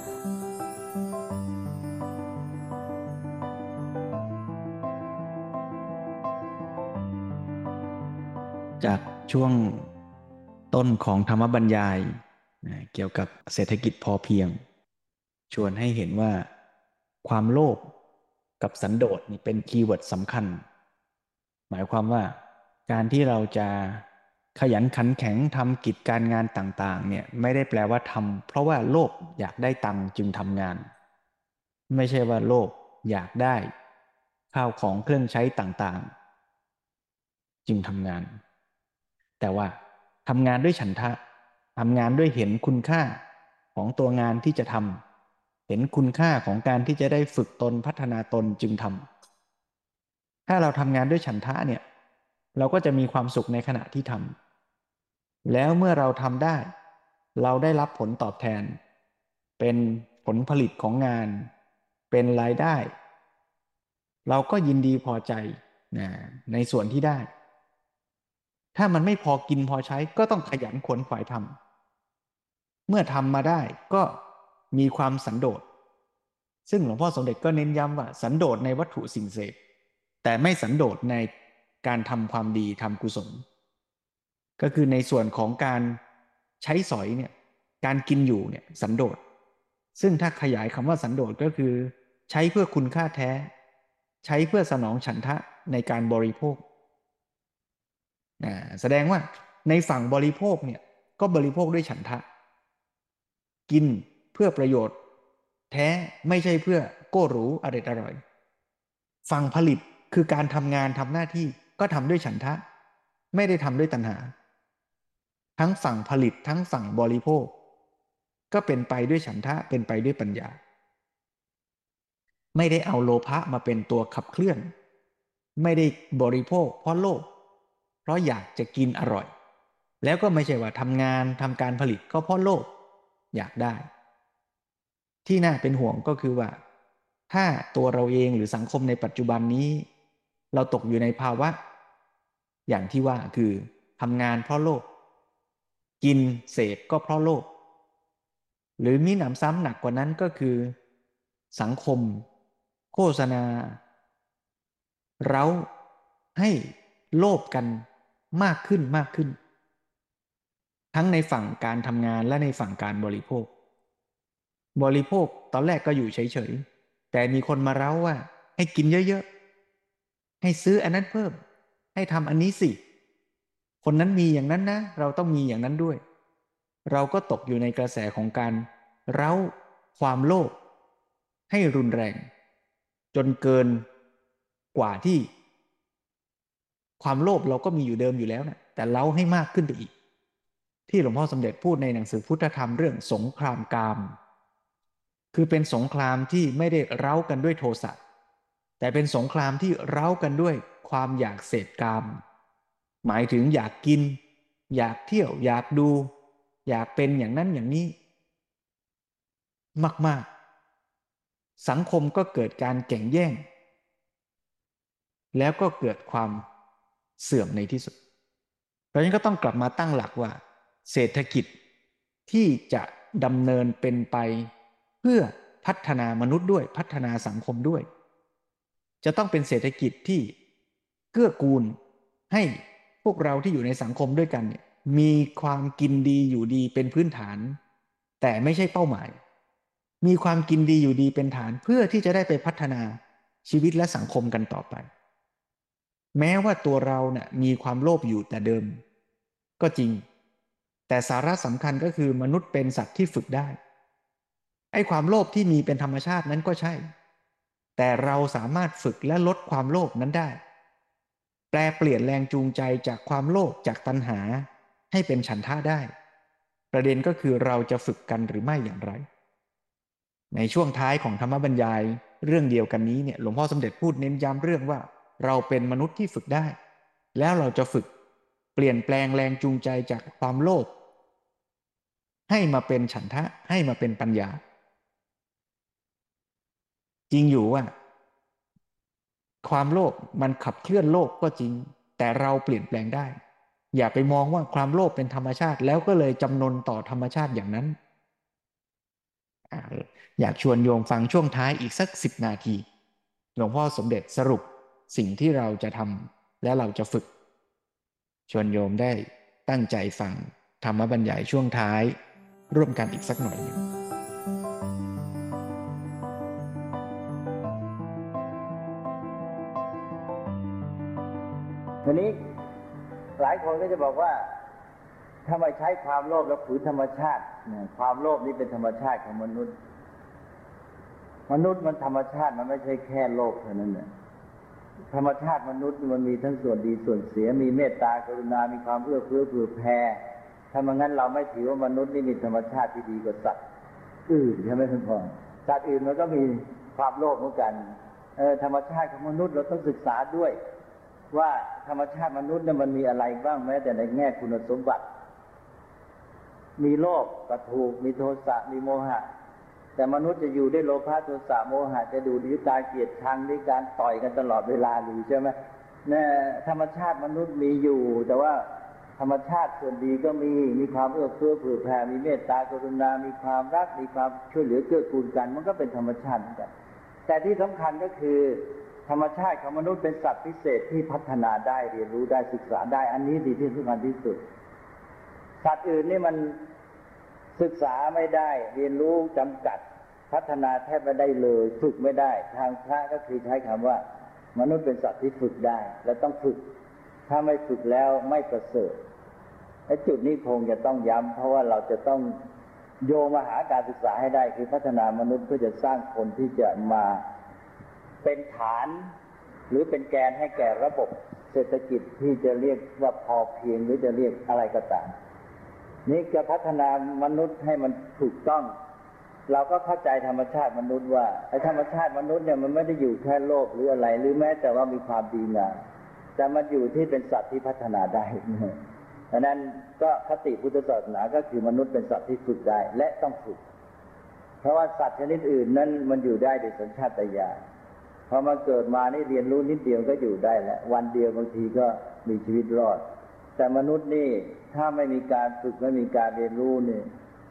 จากช่วงต้นของธรรมบรรยายเกี่ยวกับเศรษฐกิจพอเพียงชวนให้เห็นว่าความโลภกับสันโดษนี่เป็นคีย์เวิร์ดสำคัญหมายความว่าการที่เราจะขยันขันแข็งทำกิจการงานต่างๆเนี่ยไม่ได้แปลว่าทำเพราะว่าโลภอยากได้ตังค์จึงทำงานไม่ใช่ว่าโลภอยากได้ข้าวของเครื่องใช้ต่างๆจึงทำงานแต่ว่าทำงานด้วยฉันทะทำงานด้วยเห็นคุณค่าของตัวงานที่จะทำเห็นคุณค่าของการที่จะได้ฝึกตนพัฒนาตนจึงทำถ้าเราทำงานด้วยฉันทะเนี่ยเราก็จะมีความสุขในขณะที่ทำแล้วเมื่อเราทำได้เราได้รับผลตอบแทนเป็นผลผลิตของงานเป็นรายได้เราก็ยินดีพอใจนะในส่วนที่ได้ถ้ามันไม่พอกินพอใช้ก็ต้องขยันขวนขวายทำเมื่อทำมาได้ก็มีความสันโดษซึ่งหลวงพ่อสมเด็จก็เน้นย้ำว่าสันโดษในวัตถุสิ่งเสพแต่ไม่สันโดษในการทำความดีทำกุศลก็คือในส่วนของการใช้สอยเนี่ยการกินอยู่เนี่ยสันโดษซึ่งถ้าขยายคำว่าสันโดษก็คือใช้เพื่อคุณค่าแท้ใช้เพื่อสนองฉันทะในการบริโภคแสดงว่าในฝั่งบริโภคเนี่ยก็บริโภคด้วยฉันทะกินเพื่อประโยชน์แท้ไม่ใช่เพื่อโก้หรูอร่อยอร่อยฝั่งผลิตคือการทำงานทำหน้าที่ก็ทำด้วยฉันทะไม่ได้ทำด้วยตัณหาทั้งฝั่งผลิตทั้งฝั่งบริโภคก็เป็นไปด้วยฉันทะเป็นไปด้วยปัญญาไม่ได้เอาโลภะมาเป็นตัวขับเคลื่อนไม่ได้บริโภคเพราะโลภเพราะอยากจะกินอร่อยแล้วก็ไม่ใช่ว่าทำงานทำการผลิตก็เพราะโลภอยากได้ที่น่าเป็นห่วงก็คือว่าถ้าตัวเราเองหรือสังคมในปัจจุบันนี้เราตกอยู่ในภาวะอย่างที่ว่าคือทำงานเพราะโลภกินเสพก็เพราะโลภหรือมีหนำซ้ำหนักกว่านั้นก็คือสังคมโฆษณาเร้าให้โลภกันมากขึ้นมากขึ้นทั้งในฝั่งการทำงานและในฝั่งการบริโภคบริโภคตอนแรกก็อยู่เฉยๆแต่มีคนมาเร้าว่าให้กินเยอะๆให้ซื้ออันนั้นเพิ่มให้ทำอันนี้สิคนนั้นมีอย่างนั้นนะเราต้องมีอย่างนั้นด้วยเราก็ตกอยู่ในกระแสของการเร้าความโลภให้รุนแรงจนเกินกว่าที่ความโลภเราก็มีอยู่เดิมอยู่แล้วนะแต่เร้าให้มากขึ้นไปอีกที่หลวงพ่อสมเด็จพูดในหนังสือพุทธธรรมเรื่องสงครามกามคือเป็นสงครามที่ไม่ได้เร้ากันด้วยโทสะแต่เป็นสงครามที่เร้ากันด้วยความอยากเสพกามหมายถึงอยากกินอยากเที่ยวอยากดูอยากเป็นอย่างนั้นอย่างนี้มากๆสังคมก็เกิดการแข่งแย่งแล้วก็เกิดความเสื่อมในที่สุดเพราะฉะนั้นก็ต้องกลับมาตั้งหลักว่าเศรษฐกิจที่จะดำเนินเป็นไปเพื่อพัฒนามนุษย์ด้วยพัฒนาสังคมด้วยจะต้องเป็นเศรษฐกิจที่เกื้อกูลให้พวกเราที่อยู่ในสังคมด้วยกันเนี่ยมีความกินดีอยู่ดีเป็นพื้นฐานแต่ไม่ใช่เป้าหมายมีความกินดีอยู่ดีเป็นฐานเพื่อที่จะได้ไปพัฒนาชีวิตและสังคมกันต่อไปแม้ว่าตัวเราเนี่ยมีความโลภอยู่แต่เดิมก็จริงแต่สาระสำคัญก็คือมนุษย์เป็นสัตว์ที่ฝึกได้ไอ้ความโลภที่มีเป็นธรรมชาตินั้นก็ใช่แต่เราสามารถฝึกและลดความโลภนั้นได้แปลเปลี่ยนแรงจูงใจจากความโลภจากตัณหาให้เป็นฉันทะได้ประเด็นก็คือเราจะฝึกกันหรือไม่อย่างไรในช่วงท้ายของธรรมบรรยายเรื่องเดียวกันนี้เนี่ยหลวงพ่อสมเด็จพูดเน้นย้ำเรื่องว่าเราเป็นมนุษย์ที่ฝึกได้แล้วเราจะฝึกเปลี่ยนแปลงแรงจูงใจจากความโลภให้มาเป็นฉันทะให้มาเป็นปัญญาจริงอยู่ว่าความโลภมันขับเคลื่อนโลกก็จริงแต่เราเปลี่ยนแปลงได้อย่าไปมองว่าความโลภเป็นธรรมชาติแล้วก็เลยจำนนต่อธรรมชาติอย่างนั้นอยากชวนโยมฟังช่วงท้ายอีกสักสิบนาทีหลวงพ่อสมเด็จสรุปสิ่งที่เราจะทำและเราจะฝึกชวนโยมได้ตั้งใจฟังธรรมบรรยายช่วงท้ายร่วมกันอีกสักหน่อยหนึ่งทีนี้หลายคนก็จะบอกว่าถ้าไม่ใช้ความโลภแล้วฝืนธรรมชาติความโลภนี้เป็นธรรมชาติของมนุษย์มนุษย์มันธรรมชาติมันไม่ใช่แค่โลภเท่านั้นน่ะธรรมชาติมนุษย์มันมีทั้งส่วนดีส่วนเสียมีเมตตากรุณามีความเอื้อเฟื้อเผื่อแผ่ถ้าไม่งั้นเราไม่ถือว่ามนุษย์นี่มีธรรมชาติที่ดีกว่าสัตว์อื่นใช่ไหมคุณพ่อสัตว์อื่นมันก็มีความโลภเหมือนกันเออธรรมชาติของมนุษย์เราต้องศึกษาด้วยว่าธรรมชาติมนุษย์เนี่ยมันมีอะไรบ้างแม้แต่ในแง่คุณสมบัติมีโลภก็ถูกมีโทสะมีโมหะแต่มนุษย์จะอยู่ด้วยโลภะโทสะโมหะจะดูด้วยการเกลียดชังด้วยการต่อยกันตลอดเวลาอยู่ใช่ไหมเนี่ยธรรมชาติมนุษย์มีอยู่แต่ว่าธรรมชาติส่วนดีก็มีมีความเอื้อเฟื้อเผื่อแผ่มีเมตตากรุณามีความรักมีความช่วยเหลือเกื้อกูลกันมันก็เป็นธรรมชาติเหมือนกันแต่ที่สำคัญก็คือธรรมชาติของมนุษย์เป็นสัตว์พิเศษที่พัฒนาได้เรียนรู้ได้ศึกษาได้อันนี้ดีที่สำคัญที่สุดสัตว์อื่นนี่มันศึกษาไม่ได้เรียนรู้จำกัดพัฒนาแทบไม่ได้เลยฝึกไม่ได้ทางพระก็คือใช้คำว่ามนุษย์เป็นสัตว์ที่ฝึกได้และต้องฝึกถ้าไม่ฝึกแล้วไม่ประเสริฐและจุดนี้คงจะต้องย้ำเพราะว่าเราจะต้องโยงมาหาการศึกษาให้ได้คือพัฒนามนุษย์เพื่อจะสร้างคนที่จะมาเป็นฐานหรือเป็นแกนให้แก่ระบบเศรษฐกิจที่จะเรียกว่าพอเพียงหรือจะเรียกอะไรก็ตามนี่จะพัฒนามนุษย์ให้มันถูกต้องเราก็เข้าใจธรรมชาติมนุษย์ว่าไอ้ธรรมชาติมนุษย์เนี่ยมันไม่ได้อยู่แค่โลภหรืออะไรหรือแม้แต่ว่ามีความดีงามแต่มันอยู่ที่เป็นสัตว์ที่พัฒนาได้ดังนั้นก็คติพุทธศาสนาก็คือมนุษย์เป็นสัตว์ที่ฝึกได้และต้องฝึกเพราะว่าสัตว์ชนิดอื่นนั้นมันอยู่ได้โดยสัญชาตญาณพอมาเกิดมานี่เรียนรู้นิดเดียวก็อยู่ได้แล้ววันเดียวบางทีก็มีชีวิตรอดแต่มนุษย์นี่ถ้าไม่มีการฝึกไม่มีการเรียนรู้นี่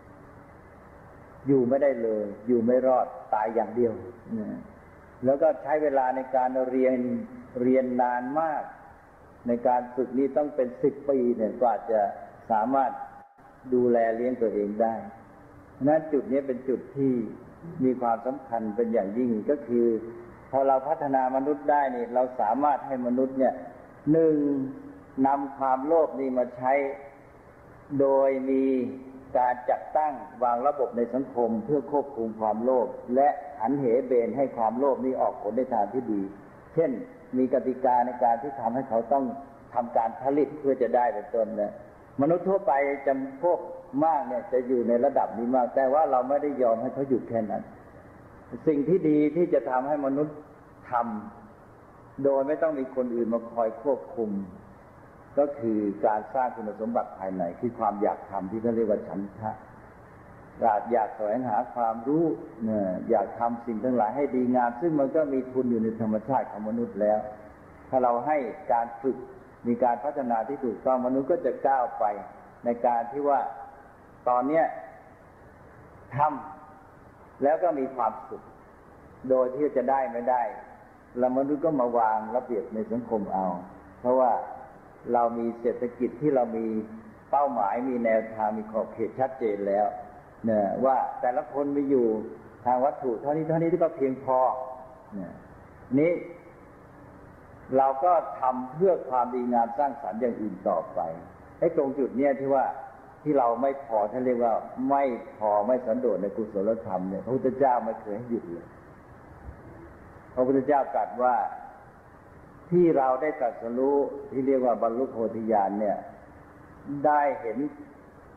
อยู่ไม่ได้เลยอยู่ไม่รอดตายอย่างเดียวแล้วก็ใช้เวลาในการเรียนเรียนนานมากในการฝึกนี้ต้องเป็นสิบปีเนี่ยกว่าจะสามารถดูแลเลี้ยงตัวเองได้นั้นจุดนี้เป็นจุดที่มีความสำคัญเป็นอย่างยิ่งก็คือพอเราพัฒนามนุษย์ได้นี่เราสามารถให้มนุษย์เนี่ยหนึ่งนำความโลภนี่มาใช้โดยมีการจัดตั้งวางระบบในสังคมเพื่อควบคุมความโลภและหันเหเบนให้ความโลภนี้ออกผลในทางที่ดีเช่นมีกติกาในการที่ทำให้เขาต้องทำการผลิตเพื่อจะได้เป็นต้นนะมนุษย์ทั่วไปจำพวกมากเนี่ยจะอยู่ในระดับนี้มากแต่ว่าเราไม่ได้ยอมให้เขาหยุดแค่นั้นสิ่งที่ดีที่จะทำให้มนุษย์ทำโดยไม่ต้องมีคนอื่นมาคอยควบคุมก็คือการสร้างคุณสมบัติภายในคือความอยากทำที่เขาเรียกว่าฉันทะอยากอยากแสวงหาความรู้เนี่ยอยากทำสิ่งทั้งหลายให้ดีงามซึ่งมันก็มีทุนอยู่ในธรรมชาติของมนุษย์แล้วถ้าเราให้การฝึกมีการพัฒนาที่ถูกต้องมนุษย์ก็จะก้าวไปในการที่ว่าตอนเนี้ยทำแล้วก็มีความสุขโดยที่จะได้ไม่ได้แล้วมนุษย์ก็มาวางระเบียบในสังคมเอาเพราะว่าเรามีเศรษฐกิจที่เรามีเป้าหมายมีแนวทางมีขอบเขตชัดเจนแล้วเนี่ยว่าแต่ละคนมีอยู่ทางวัตถุเท่านี้เท่านี้ที่ก็เพียงพอเนี่ยนี้เราก็ทำเพื่อความดีงามสร้างสรรค์อย่างอื่นต่อไปให้ตรงจุดเนี้ยที่ว่าที่เราไม่พอท่านเรียกว่าไม่พอไม่สันโดษในกุศลธรรมเนี่ยพระพุทธเจ้าไม่เคยให้หยุดเลยพระพุทธเจ้าตรัสว่าที่เราได้ตรัสรู้ที่เรียกว่าบรรลุโพธิญาณเนี่ยได้เห็นค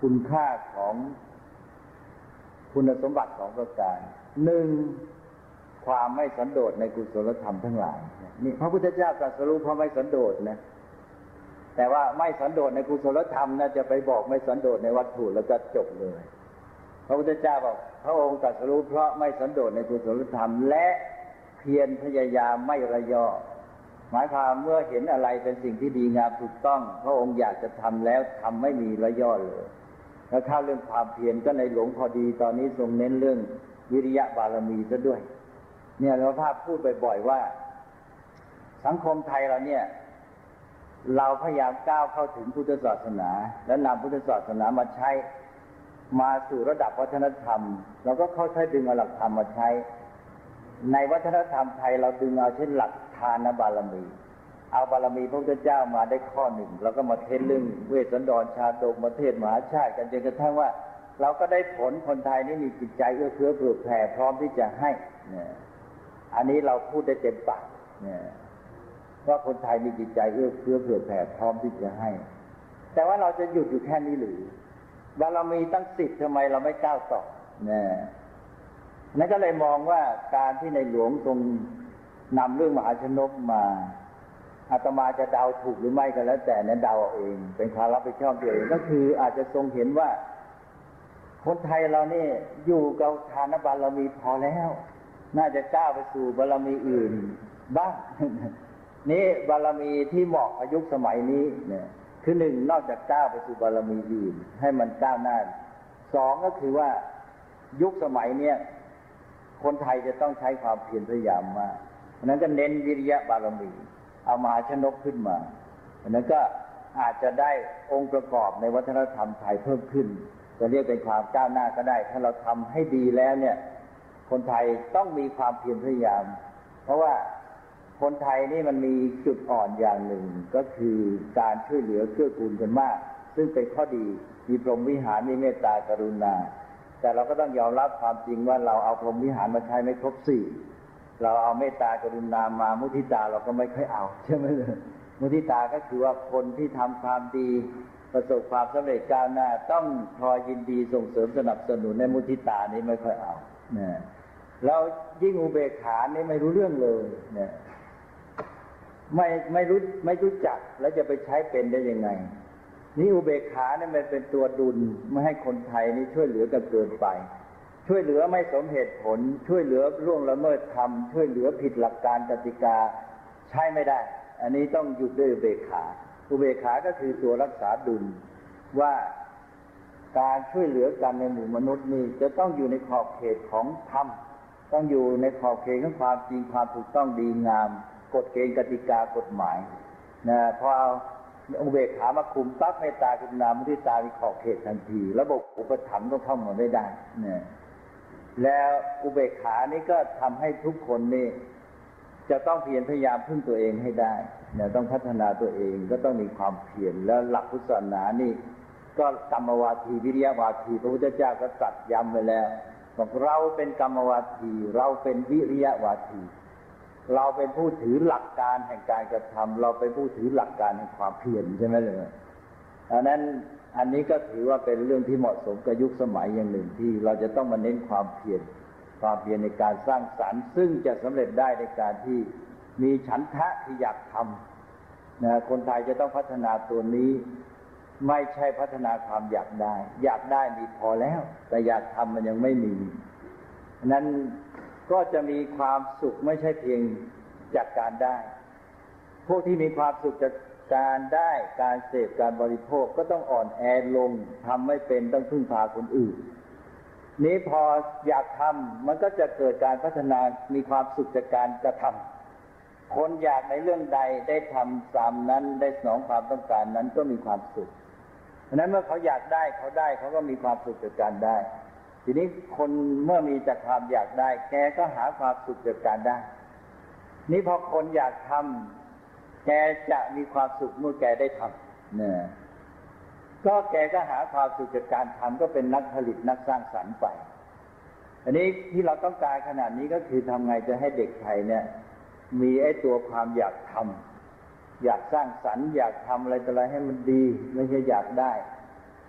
คุณค่าของคุณสมบัติสองประการหนึ่งความไม่สันโดษในกุศลธรรมทั้งหลายนี่พระพุทธเจ้าตรัสรู้เพราะไม่สันโดษนะแต่ว่าไม่สันโดษในกุศลธรรมนะจะไปบอกไม่สันโดษในวัตถุแล้วก็จบเลยพระพุทธเจ้าบอกพระองค์ตรัสรู้เพราะไม่สันโดษในกุศลธรรมและเพียรพยายามไม่ระยอหมายความเมื่อเห็นอะไรเป็นสิ่งที่ดีงามถูกต้องพระองค์อยากจะทำแล้วทำไม่มีระยอเลยแล้วถ้าเรื่องความเพียรก็ในหลวงพอดีตอนนี้ทรงเน้นเรื่องวิริยะบารมีซะด้วยเนี่ยหลวงพ่อภาพพูดบ่อยๆว่าสังคมไทยเราเนี่ยเราพยายามก้าวเข้าถึงพุทธศาสนาและนำพุทธศาสนามาใช้มาสู่ระดับวัฒนธรรมเราก็เข้าใช้ดึงเอาหลักธรรมมาใช้ในวัฒนธรรมไทยเราดึงเอาเช่นหลักทานบารมีเอาบารมีพระพุทธเจ้ามาได้ข้อหนึ่งแล้วก็มาเทศเรื่องเวสสันดรชาดกมาเทศมหาชาติกันจนกระทั่งว่าเราก็ได้ผลคนไทยนี่มีจิตใจเอื้อเฟื้อเผื่อแผ่พร้อมที่จะให้เนี่ยอันนี้เราพูดได้เต็มปากเนี่ยว่าคนไทยมีจิตใจเอื้อเฟื้อเผื่อแผ่พร้อมที่จะให้แต่ว่าเราจะหยุดอยู่แค่นี้หรือบารมีตั้งสิบทำไมเราไม่ก้าวต่อเนี่ยนั่นก็เลยมองว่าการที่ในหลวงทรงนำเรื่องมหาชนกมาอาตมาจะเดาถูกหรือไม่ก็แล้วแต่นั้นเดาเอาเองเป็นความรับผิดชอบตัวเองก็คืออาจจะทรงเห็นว่าคนไทยเรานี่อยู่กับทานบารมีพอแล้วน่าจะก้าวไปสู่บารมีอื่นบ้างนี่บารมีที่เหมาะกับยุคสมัยนี้เนี่ยคือหนึ่งนอกจากก้าวไปสู่บารมีอื่นให้มันก้าวหน้าสองก็คือว่ายุคสมัยเนี้ยคนไทยจะต้องใช้ความเพียรพยายามมากเพราะนั้นก็เน้นวิริยะบารมีเอามหาชนกขึ้นมาเพราะนั้นก็อาจจะได้องค์ประกอบในวัฒนธรรมไทยเพิ่มขึ้นจะเรียกเป็นความก้าวหน้าก็ได้ถ้าเราทำให้ดีแล้วเนี่ยคนไทยต้องมีความเพียรพยายามเพราะว่าคนไทยนี่มันมีจุดอ่อนอย่างหนึ่งก็คือการช่วยเหลือเกื้อกูลกันมากซึ่งเป็นข้อดีมีพรหมวิหารมีเมตตากรุณาแต่เราก็ต้องยอมรับความจริงว่าเราเอาพรหมวิหารมาใช้ไม่ครบสี่เราเอาเมตตากรุณามามุทิตาเราก็ไม่ค่อยเอาใช่ไหมเลยมุทิตาก็คือว่าคนที่ทำความดีประสบความสำเร็จก้าวหน้าต้องคอยยินดีส่งเสริมสนับสนุนในมุทิตานี้ไม่ค่อยเอาเนี่ยเรายิ่งอุเบกขานี่ไม่รู้เรื่องเลยเนี่ยไม่ไม่รู้ไม่รู้จักแล้วจะไปใช้เป็นได้ยังไงนี่อุเบกขาเนี่ยมันเป็นตัวดุลไม่ให้คนไทยนี่ช่วยเหลือกันเกินไปช่วยเหลือไม่สมเหตุผลช่วยเหลือล่วงละเมิดธรรมช่วยเหลือผิดหลักการกติกาใช้ไม่ได้อันนี้ต้องหยุดด้วยอุเบกขาอุเบกขาก็คือตัวรักษาดุลว่าการช่วยเหลือกันในหมู่มนุษย์นี่จะต้องอยู่ในขอบเขตของธรรมต้องอยู่ในขอบเขตของความจริงความถูกต้องดีงามกฎเกณฑ์กติกากฎหมายนะพอเอาอุเบกขามาคุมปั๊บเมตตากรุณามุทิตามีขอบเขตทันทีระบบอุปถัมภ์ก็เข้ามาไม่ได้เนี่ยแล้วอุเบกขานี้ก็ทำให้ทุกคนนี่จะต้องเพียรพยายามพึ่งตัวเองให้ได้เนี่ยต้องพัฒนาตัวเองก็ต้องมีความเพียรแล้วหลักพุทธศาสนานี่ก็กรรมวาทีวิริยะวาทีพระพุทธเจ้าก็ตรัสย้ำไว้แล้วบอกเราเป็นกรรมวาทีเราเป็นวิริยะวาทีเราเป็นผู้ถือหลักการแห่งการกระทำเราเป็นผู้ถือหลักการแห่งความเพียรใช่ไหมเลยดังนั้นอันนี้ก็ถือว่าเป็นเรื่องที่เหมาะสมกับยุคสมัยอย่างหนึ่งที่เราจะต้องมาเน้นความเพียรความเพียรในการสร้างสรรค์ซึ่งจะสำเร็จได้ในการที่มีฉันทะที่อยากทำนะคนไทยจะต้องพัฒนาตัวนี้ไม่ใช่พัฒนาความอยากได้อยากได้มีพอแล้วแต่อยากทำมันยังไม่มีนั้นก็จะมีความสุขไม่ใช่เพียงจากการได้พวกที่มีความสุขจากการได้การเสพการบริโภคก็ต้องอ่อนแอลงทำไม่เป็นต้องพึ่งพาคนอื่นนี้พออยากทำมันก็จะเกิดการพัฒนามีความสุขจากการกระทำคนอยากในเรื่องใดได้ทำตามนั้นได้สนองความต้องการนั้นก็มีความสุขเพราะนั้นเมื่อเขาอยากได้เขาได้เขาก็มีความสุขจากการได้ทีนี้คนเมื่อมีแต่ความอยากได้แกก็หาความสุขจากการได้นี่พอคนอยากทำแกจะมีความสุขเมื่อแกได้ทำเนี่ยก็แกก็หาความสุขจากการทำก็เป็นนักผลิตนักสร้างสรรค์ไปอันนี้ที่เราต้องการขนาดนี้ก็คือทำไงจะให้เด็กไทยเนี่ยมีไอ้ตัวความอยากทำอยากสร้างสรรค์อยากทำอะไรต่ออะไรให้มันดีไม่ใช่อยากได้ ม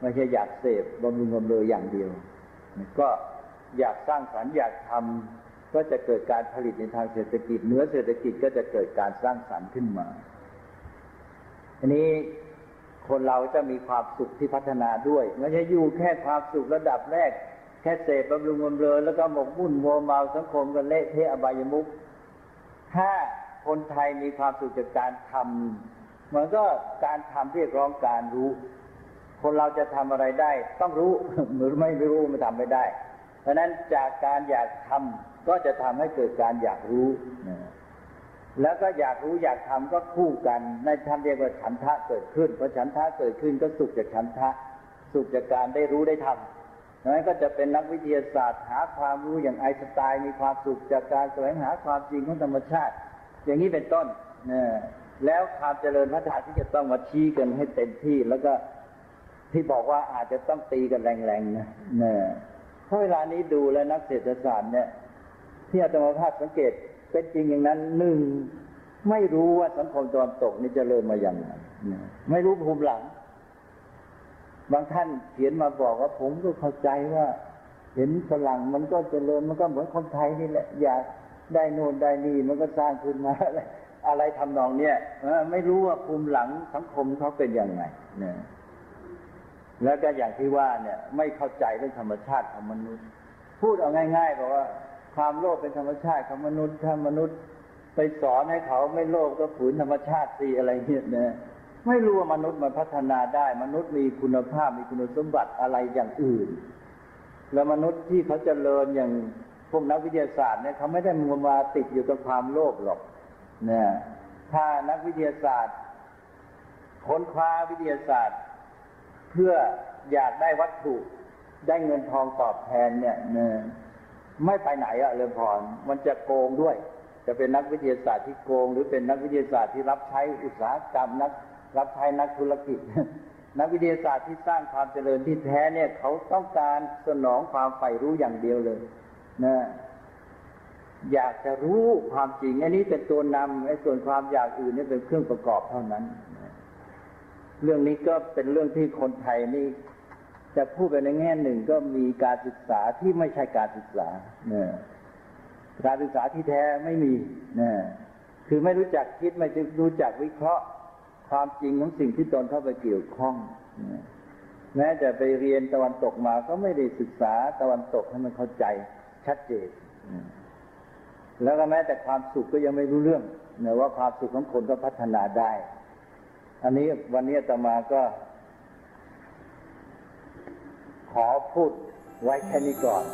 ไม่ใช่อยากเสพบำรุงบำเรออย่างเดียวก็อยากสร้างสรรค์อยากทำก็จะเกิดการผลิตในทางเศรษฐกิจเนื้อเศรษฐกิจก็จะเกิดการสร้างสรรค์ขึ้นมาอันนี้คนเราจะมีความสุขที่พัฒนาด้วยไม่ใช่อยู่แค่ความสุขระดับแรกแค่เสพบำรุงบำเรอแล้วก็หมกมุ่นมัวเมาสังคมกันเละเทะอบายมุขถ้าคนไทยมีความสุขจากการทำมันก็การทำเรียกร้องการรู้คนเราจะทำอะไรได้ต้องรู้หรือไม่รู้มันทำไม่ได้เพราะนั้นจากการอยากทำก็จะทำให้เกิดการอยากรู้แล้วก็อยากรู้อยากทำก็คู่กันในท่านเรียกว่าฉันทะเกิดขึ้นพอฉันทะเกิดขึ้นก็สุขจากฉันทะสุขจากการได้รู้ได้ทำนั้นก็จะเป็นนักวิทยาศาสตร์หาความรู้อย่างไอน์สไตน์มีความสุขจากการแสวงหาความจริงของธรรมชาติอย่างนี้เป็นต้นนะแล้วความเจริญพัฒนาที่จะต้องมาชี้กันให้เต็มที่แล้วก็ที่บอกว่าอาจจะต้องตีกันแรงๆนะนะเพราะเวลานี้ดูแล้วนักเศรษฐศาสตร์เนี่ยที่อาตมาภาพสังเกตเป็นจริงอย่างนั้นหนึ่งไม่รู้ว่าสังคมตะวันตกนี่เจริญมาอย่างไรไม่รู้ภูมิหลังบางท่านเขียนมาบอกว่าผมก็เข้าใจว่าเห็นฝรั่งมันก็เจริญมันก็เหมือนคนไทยนี่แหละอยากได้โน่นได้นี่มันก็สร้างขึ้นมาอะไรอะไรทำนองเนี้ยไม่รู้ว่าภูมิหลังสังคมเขาเป็นยังไงเนี่ยแล้วก็อย่างที่ว่าเนี่ยไม่เข้าใจเรื่องธรรมชาติของมนุษย์พูดเอาง่ายๆบอกว่าความโลภเป็นธรรมชาติของมนุษย์ถ้ามนุษย์ไปสอนให้เขาไม่โลภก็ฝืนธรรมชาติสิอะไรเงี้ยนะไม่รู้ว่ามนุษย์มันพัฒนาได้มนุษย์มีคุณภาพมีคุณสมบัติอะไรอย่างอื่นแล้วมนุษย์ที่เขาเจริญอย่างพวกนักวิทยาศาสตร์เนี่ยเขาไม่ได้มัวมาติดอยู่กับความโลภหรอกเนี่ยถ้านักวิทยาศาสตร์ค้นคว้าวิทยาศาสตร์เพื่ออยากได้วัตถุได้เงินทองตอบแทนเนี่ยเนี่ยไม่ไปไหนอะเรือนพรมันจะโกงด้วยจะเป็นนักวิทยาศาสตร์ที่โกงหรือเป็นนักวิทยาศาสตร์ที่รับใช้อุตสาหกรรมนักรับใช้นักธุรกิจนักวิทยาศาสตร์ที่สร้างความเจริญที่แท้เนี่ยเขาต้องการสนองความใฝ่รู้อย่างเดียวเลยนะอยากจะรู้ความจริงอันนี้เป็นตัวนำไอ้ส่วนความอยากอื่นนี่เป็นเครื่องประกอบเท่านั้นเรื่องนี้ก็เป็นเรื่องที่คนไทยนี่จะพูดไปในแง่หนึ่งก็มีการศึกษาที่ไม่ใช่การศึกษาเนี่ยการศึกษาที่แท้ไม่มีเนี่ยคือไม่รู้จักคิดไม่รู้จักวิเคราะห์ความจริงของสิ่งที่ตนเข้าไปเกี่ยวข้องแม้จะไปเรียนตะวันตกมาก็ไม่ได้ศึกษาตะวันตกให้มันเข้าใจชัดเจนแล้วก็แม้แต่ความสุขก็ยังไม่รู้เรื่องเนี่ยว่าความสุขของคนก็พัฒนาได้อันนี้วันนี้อาตมาก็ขอพูดไว้แค่นี้ก่อน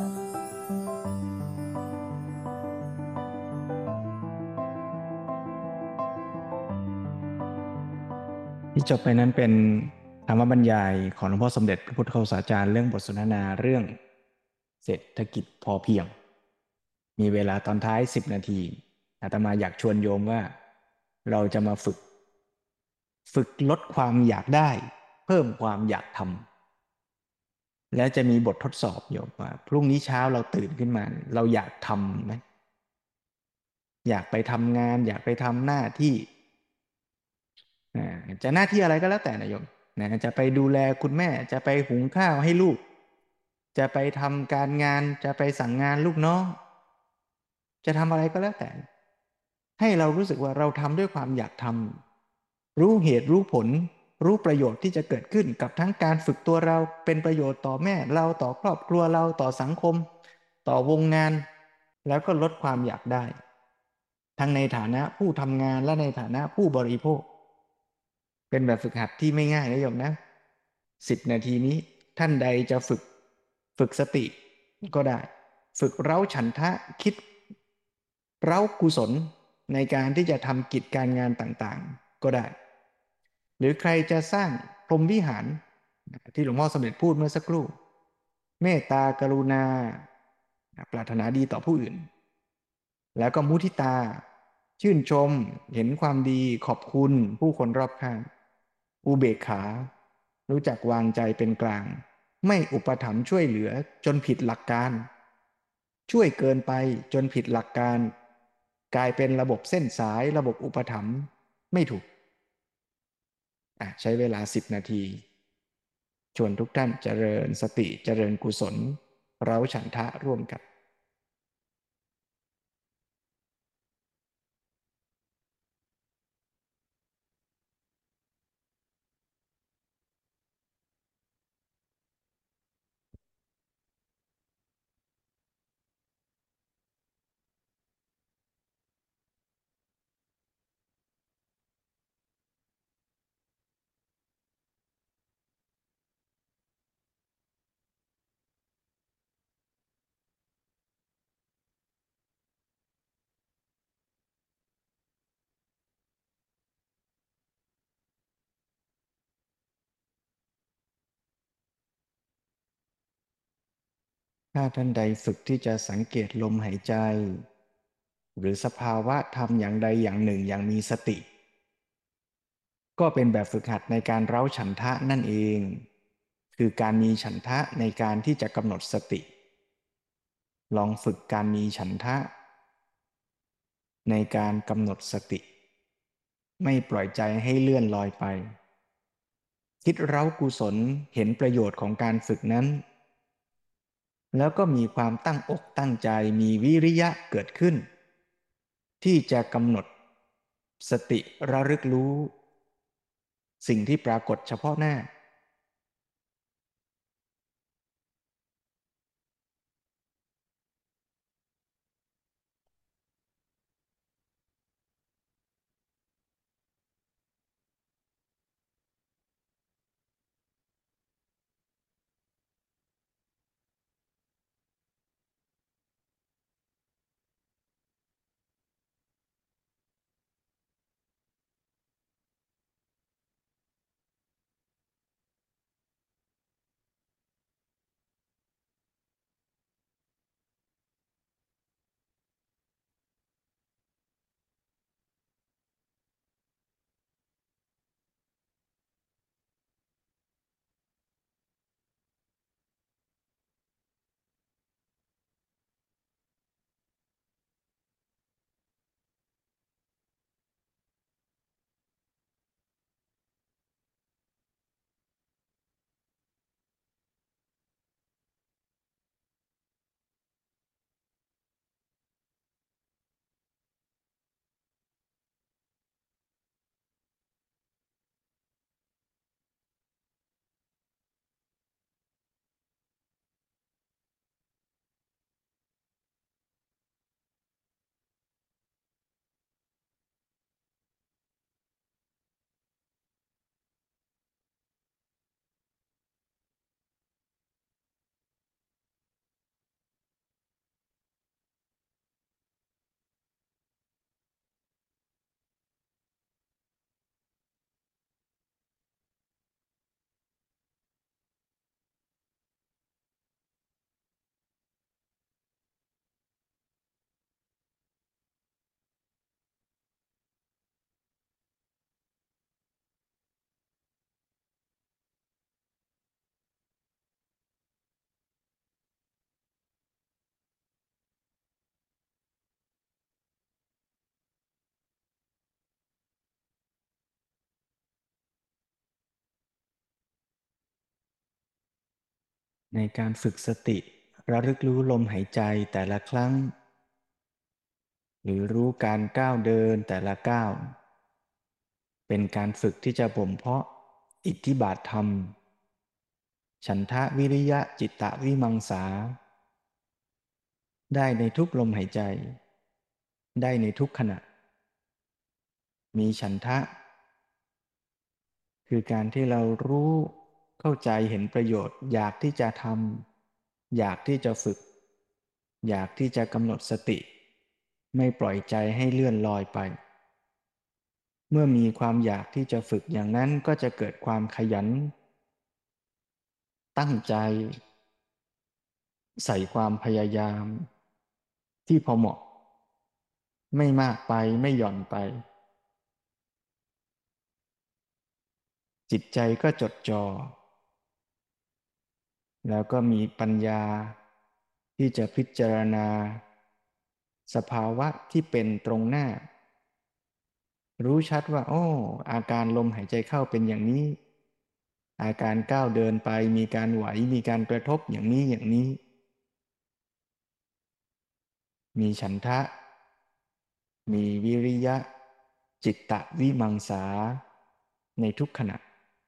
ที่จบไปนั้นเป็นธรรมบรรยายของหลวงพ่อสมเด็จพระพุทธโฆษาจารย์เรื่องบทสนทนาเรื่องเศรษฐกิจพอเพียงมีเวลาตอนท้ายสิบนาทีอาตมาอยากชวนโยมว่าเราจะมาฝึกฝึกลดความอยากได้เพิ่มความอยากทำแล้วจะมีบททดสอบโยมว่าพรุ่งนี้เช้าเราตื่นขึ้นมาเราอยากทำไหมอยากไปทำงานอยากไปทำหน้าที่จะหน้าที่อะไรก็แล้วแต่นะโยมนะจะไปดูแลคุณแม่จะไปหุงข้าวให้ลูกจะไปทำการงานจะไปสั่งงานลูกน้องจะทำอะไรก็แล้วแต่ให้เรารู้สึกว่าเราทำด้วยความอยากทำรู้เหตุรู้ผลรู้ประโยชน์ที่จะเกิดขึ้นกับทั้งการฝึกตัวเราเป็นประโยชน์ต่อแม่เราต่อครอบครัวเราต่อสังคมต่อวงงานแล้วก็ลดความอยากได้ทั้งในฐานะผู้ทำงานและในฐานะผู้บริโภคเป็นแบบฝึกหัดที่ไม่ง่ายนะโยมนะสิบนาทีนี้ท่านใดจะฝึกฝึกสติก็ได้ฝึกเร้าฉันทะคิดเร้ากุศลในการที่จะทำกิจการงานต่างๆก็ได้หรือใครจะสร้างพรหมวิหารที่หลวงพ่อสมเด็จพูดเมื่อสักครู่เมตตากรุณาปรารถนาดีต่อผู้อื่นแล้วก็มุทิตาชื่นชมเห็นความดีขอบคุณผู้คนรอบข้างอุเบกขารู้จักวางใจเป็นกลางไม่อุปถัมภ์ช่วยเหลือจนผิดหลักการช่วยเกินไปจนผิดหลักการกลายเป็นระบบเส้นสายระบบอุปถัมภ์ไม่ถูกใช้เวลาสิบนาทีชวนทุกท่านเจริญสติเจริญกุศลเร้าฉันทะร่วมกัน ถ้าท่านใดฝึกที่จะสังเกตลมหายใจหรือสภาวะธรรมอย่างใดอย่างหนึ่งอย่างมีสติก็เป็นแบบฝึกหัดในการเร้าฉันทะนั่นเองคือการมีฉันทะในการที่จะกำหนดสติลองฝึกการมีฉันทะในการกำหนดสติไม่ปล่อยใจให้เลื่อนลอยไปคิดเร้ากุศลเห็นประโยชน์ของการฝึกนั้นแล้วก็มีความตั้งอกตั้งใจมีวิริยะเกิดขึ้นที่จะกำหนดสติระลึกรู้สิ่งที่ปรากฏเฉพาะหน้าในการฝึกสติระลึกรู้ลมหายใจแต่ละครั้งหรือรู้การก้าวเดินแต่ละก้าวเป็นการฝึกที่จะบ่มเพาะอิทธิบาทธรรมฉันทะวิริยะจิตตะวิมังสาได้ในทุกลมหายใจได้ในทุกขณะมีฉันทะคือการที่เรารู้เข้าใจเห็นประโยชน์อยากที่จะทำอยากที่จะฝึกอยากที่จะกำหนดสติไม่ปล่อยใจให้เลื่อนลอยไปเมื่อมีความอยากที่จะฝึกอย่างนั้นก็จะเกิดความขยันตั้งใจใส่ความพยายามที่พอเหมาะไม่มากไปไม่หย่อนไปจิตใจก็จดจ่อแล้วก็มีปัญญาที่จะพิจารณาสภาวะที่เป็นตรงหน้ารู้ชัดว่าโอ้อาการลมหายใจเข้าเป็นอย่างนี้อาการก้าวเดินไปมีการไหวมีการกระทบอย่างนี้อย่างนี้มีฉันทะมีวิริยะจิตตวิมังสาในทุกขณะ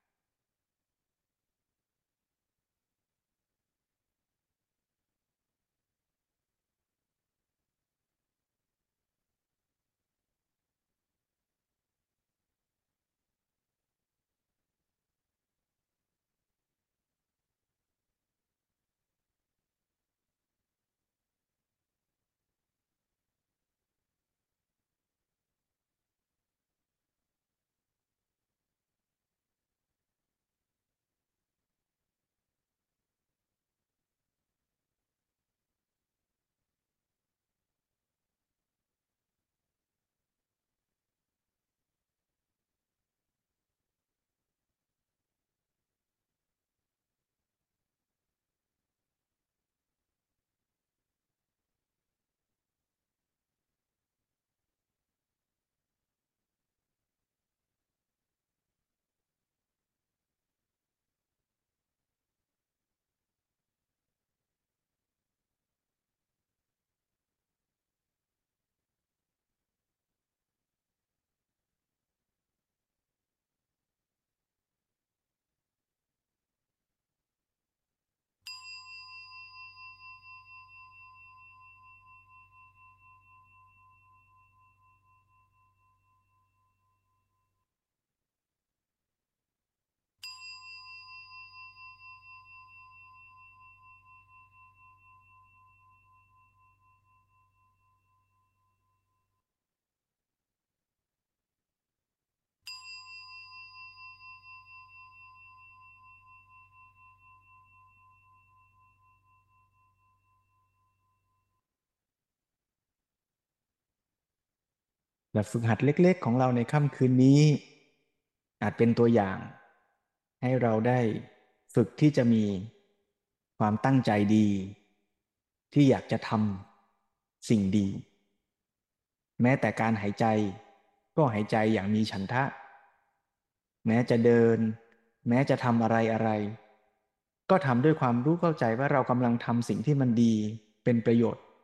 แบบฝึกหัดเล็กๆของเราในค่ำคืนนี้อาจเป็นตัวอย่างให้เราได้ฝึกที่จะมีความตั้งใจดีที่อยากจะทำสิ่งดีแม้แต่การหายใจก็หายใจอย่างมีฉันทะแม้จะเดินแม้จะทำอะไรอะไรก็ทำด้วยความรู้เข้าใจว่าเรากำลังทำสิ่งที่มันดีเป็นประโยชน์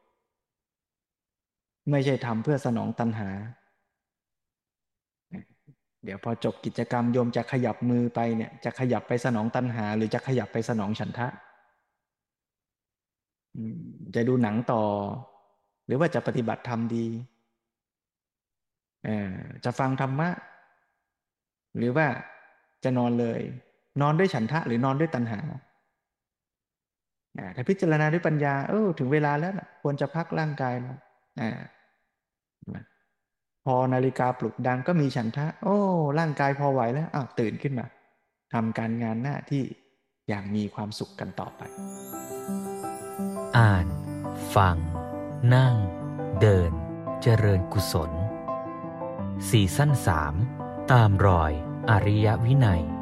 ไม่ใช่ทำเพื่อสนองตัณหาเดี๋ยวพอจบกิจกรรมโยมจะขยับมือไปเนี่ยจะขยับไปสนองตัณหาหรือจะขยับไปสนองฉันทะจะดูหนังต่อหรือว่าจะปฏิบัติธรรมดีจะฟังธรรมะหรือว่าจะนอนเลยนอนด้วยฉันทะหรือนอนด้วยตัณหาถ้าพิจารณาด้วยปัญญาเออถึงเวลาแล้วนะควรจะพักร่างกายแล้วพอนาฬิกาปลุกดังก็มีฉันทะโอ้ร่างกายพอไหวแล้วอ้าวตื่นขึ้นมาทำการงานหน้าที่อย่างมีความสุขกันต่อไปอ่านฟังนั่งเดินเจริญกุศลซีซั่นสามตามรอยอริยวินัย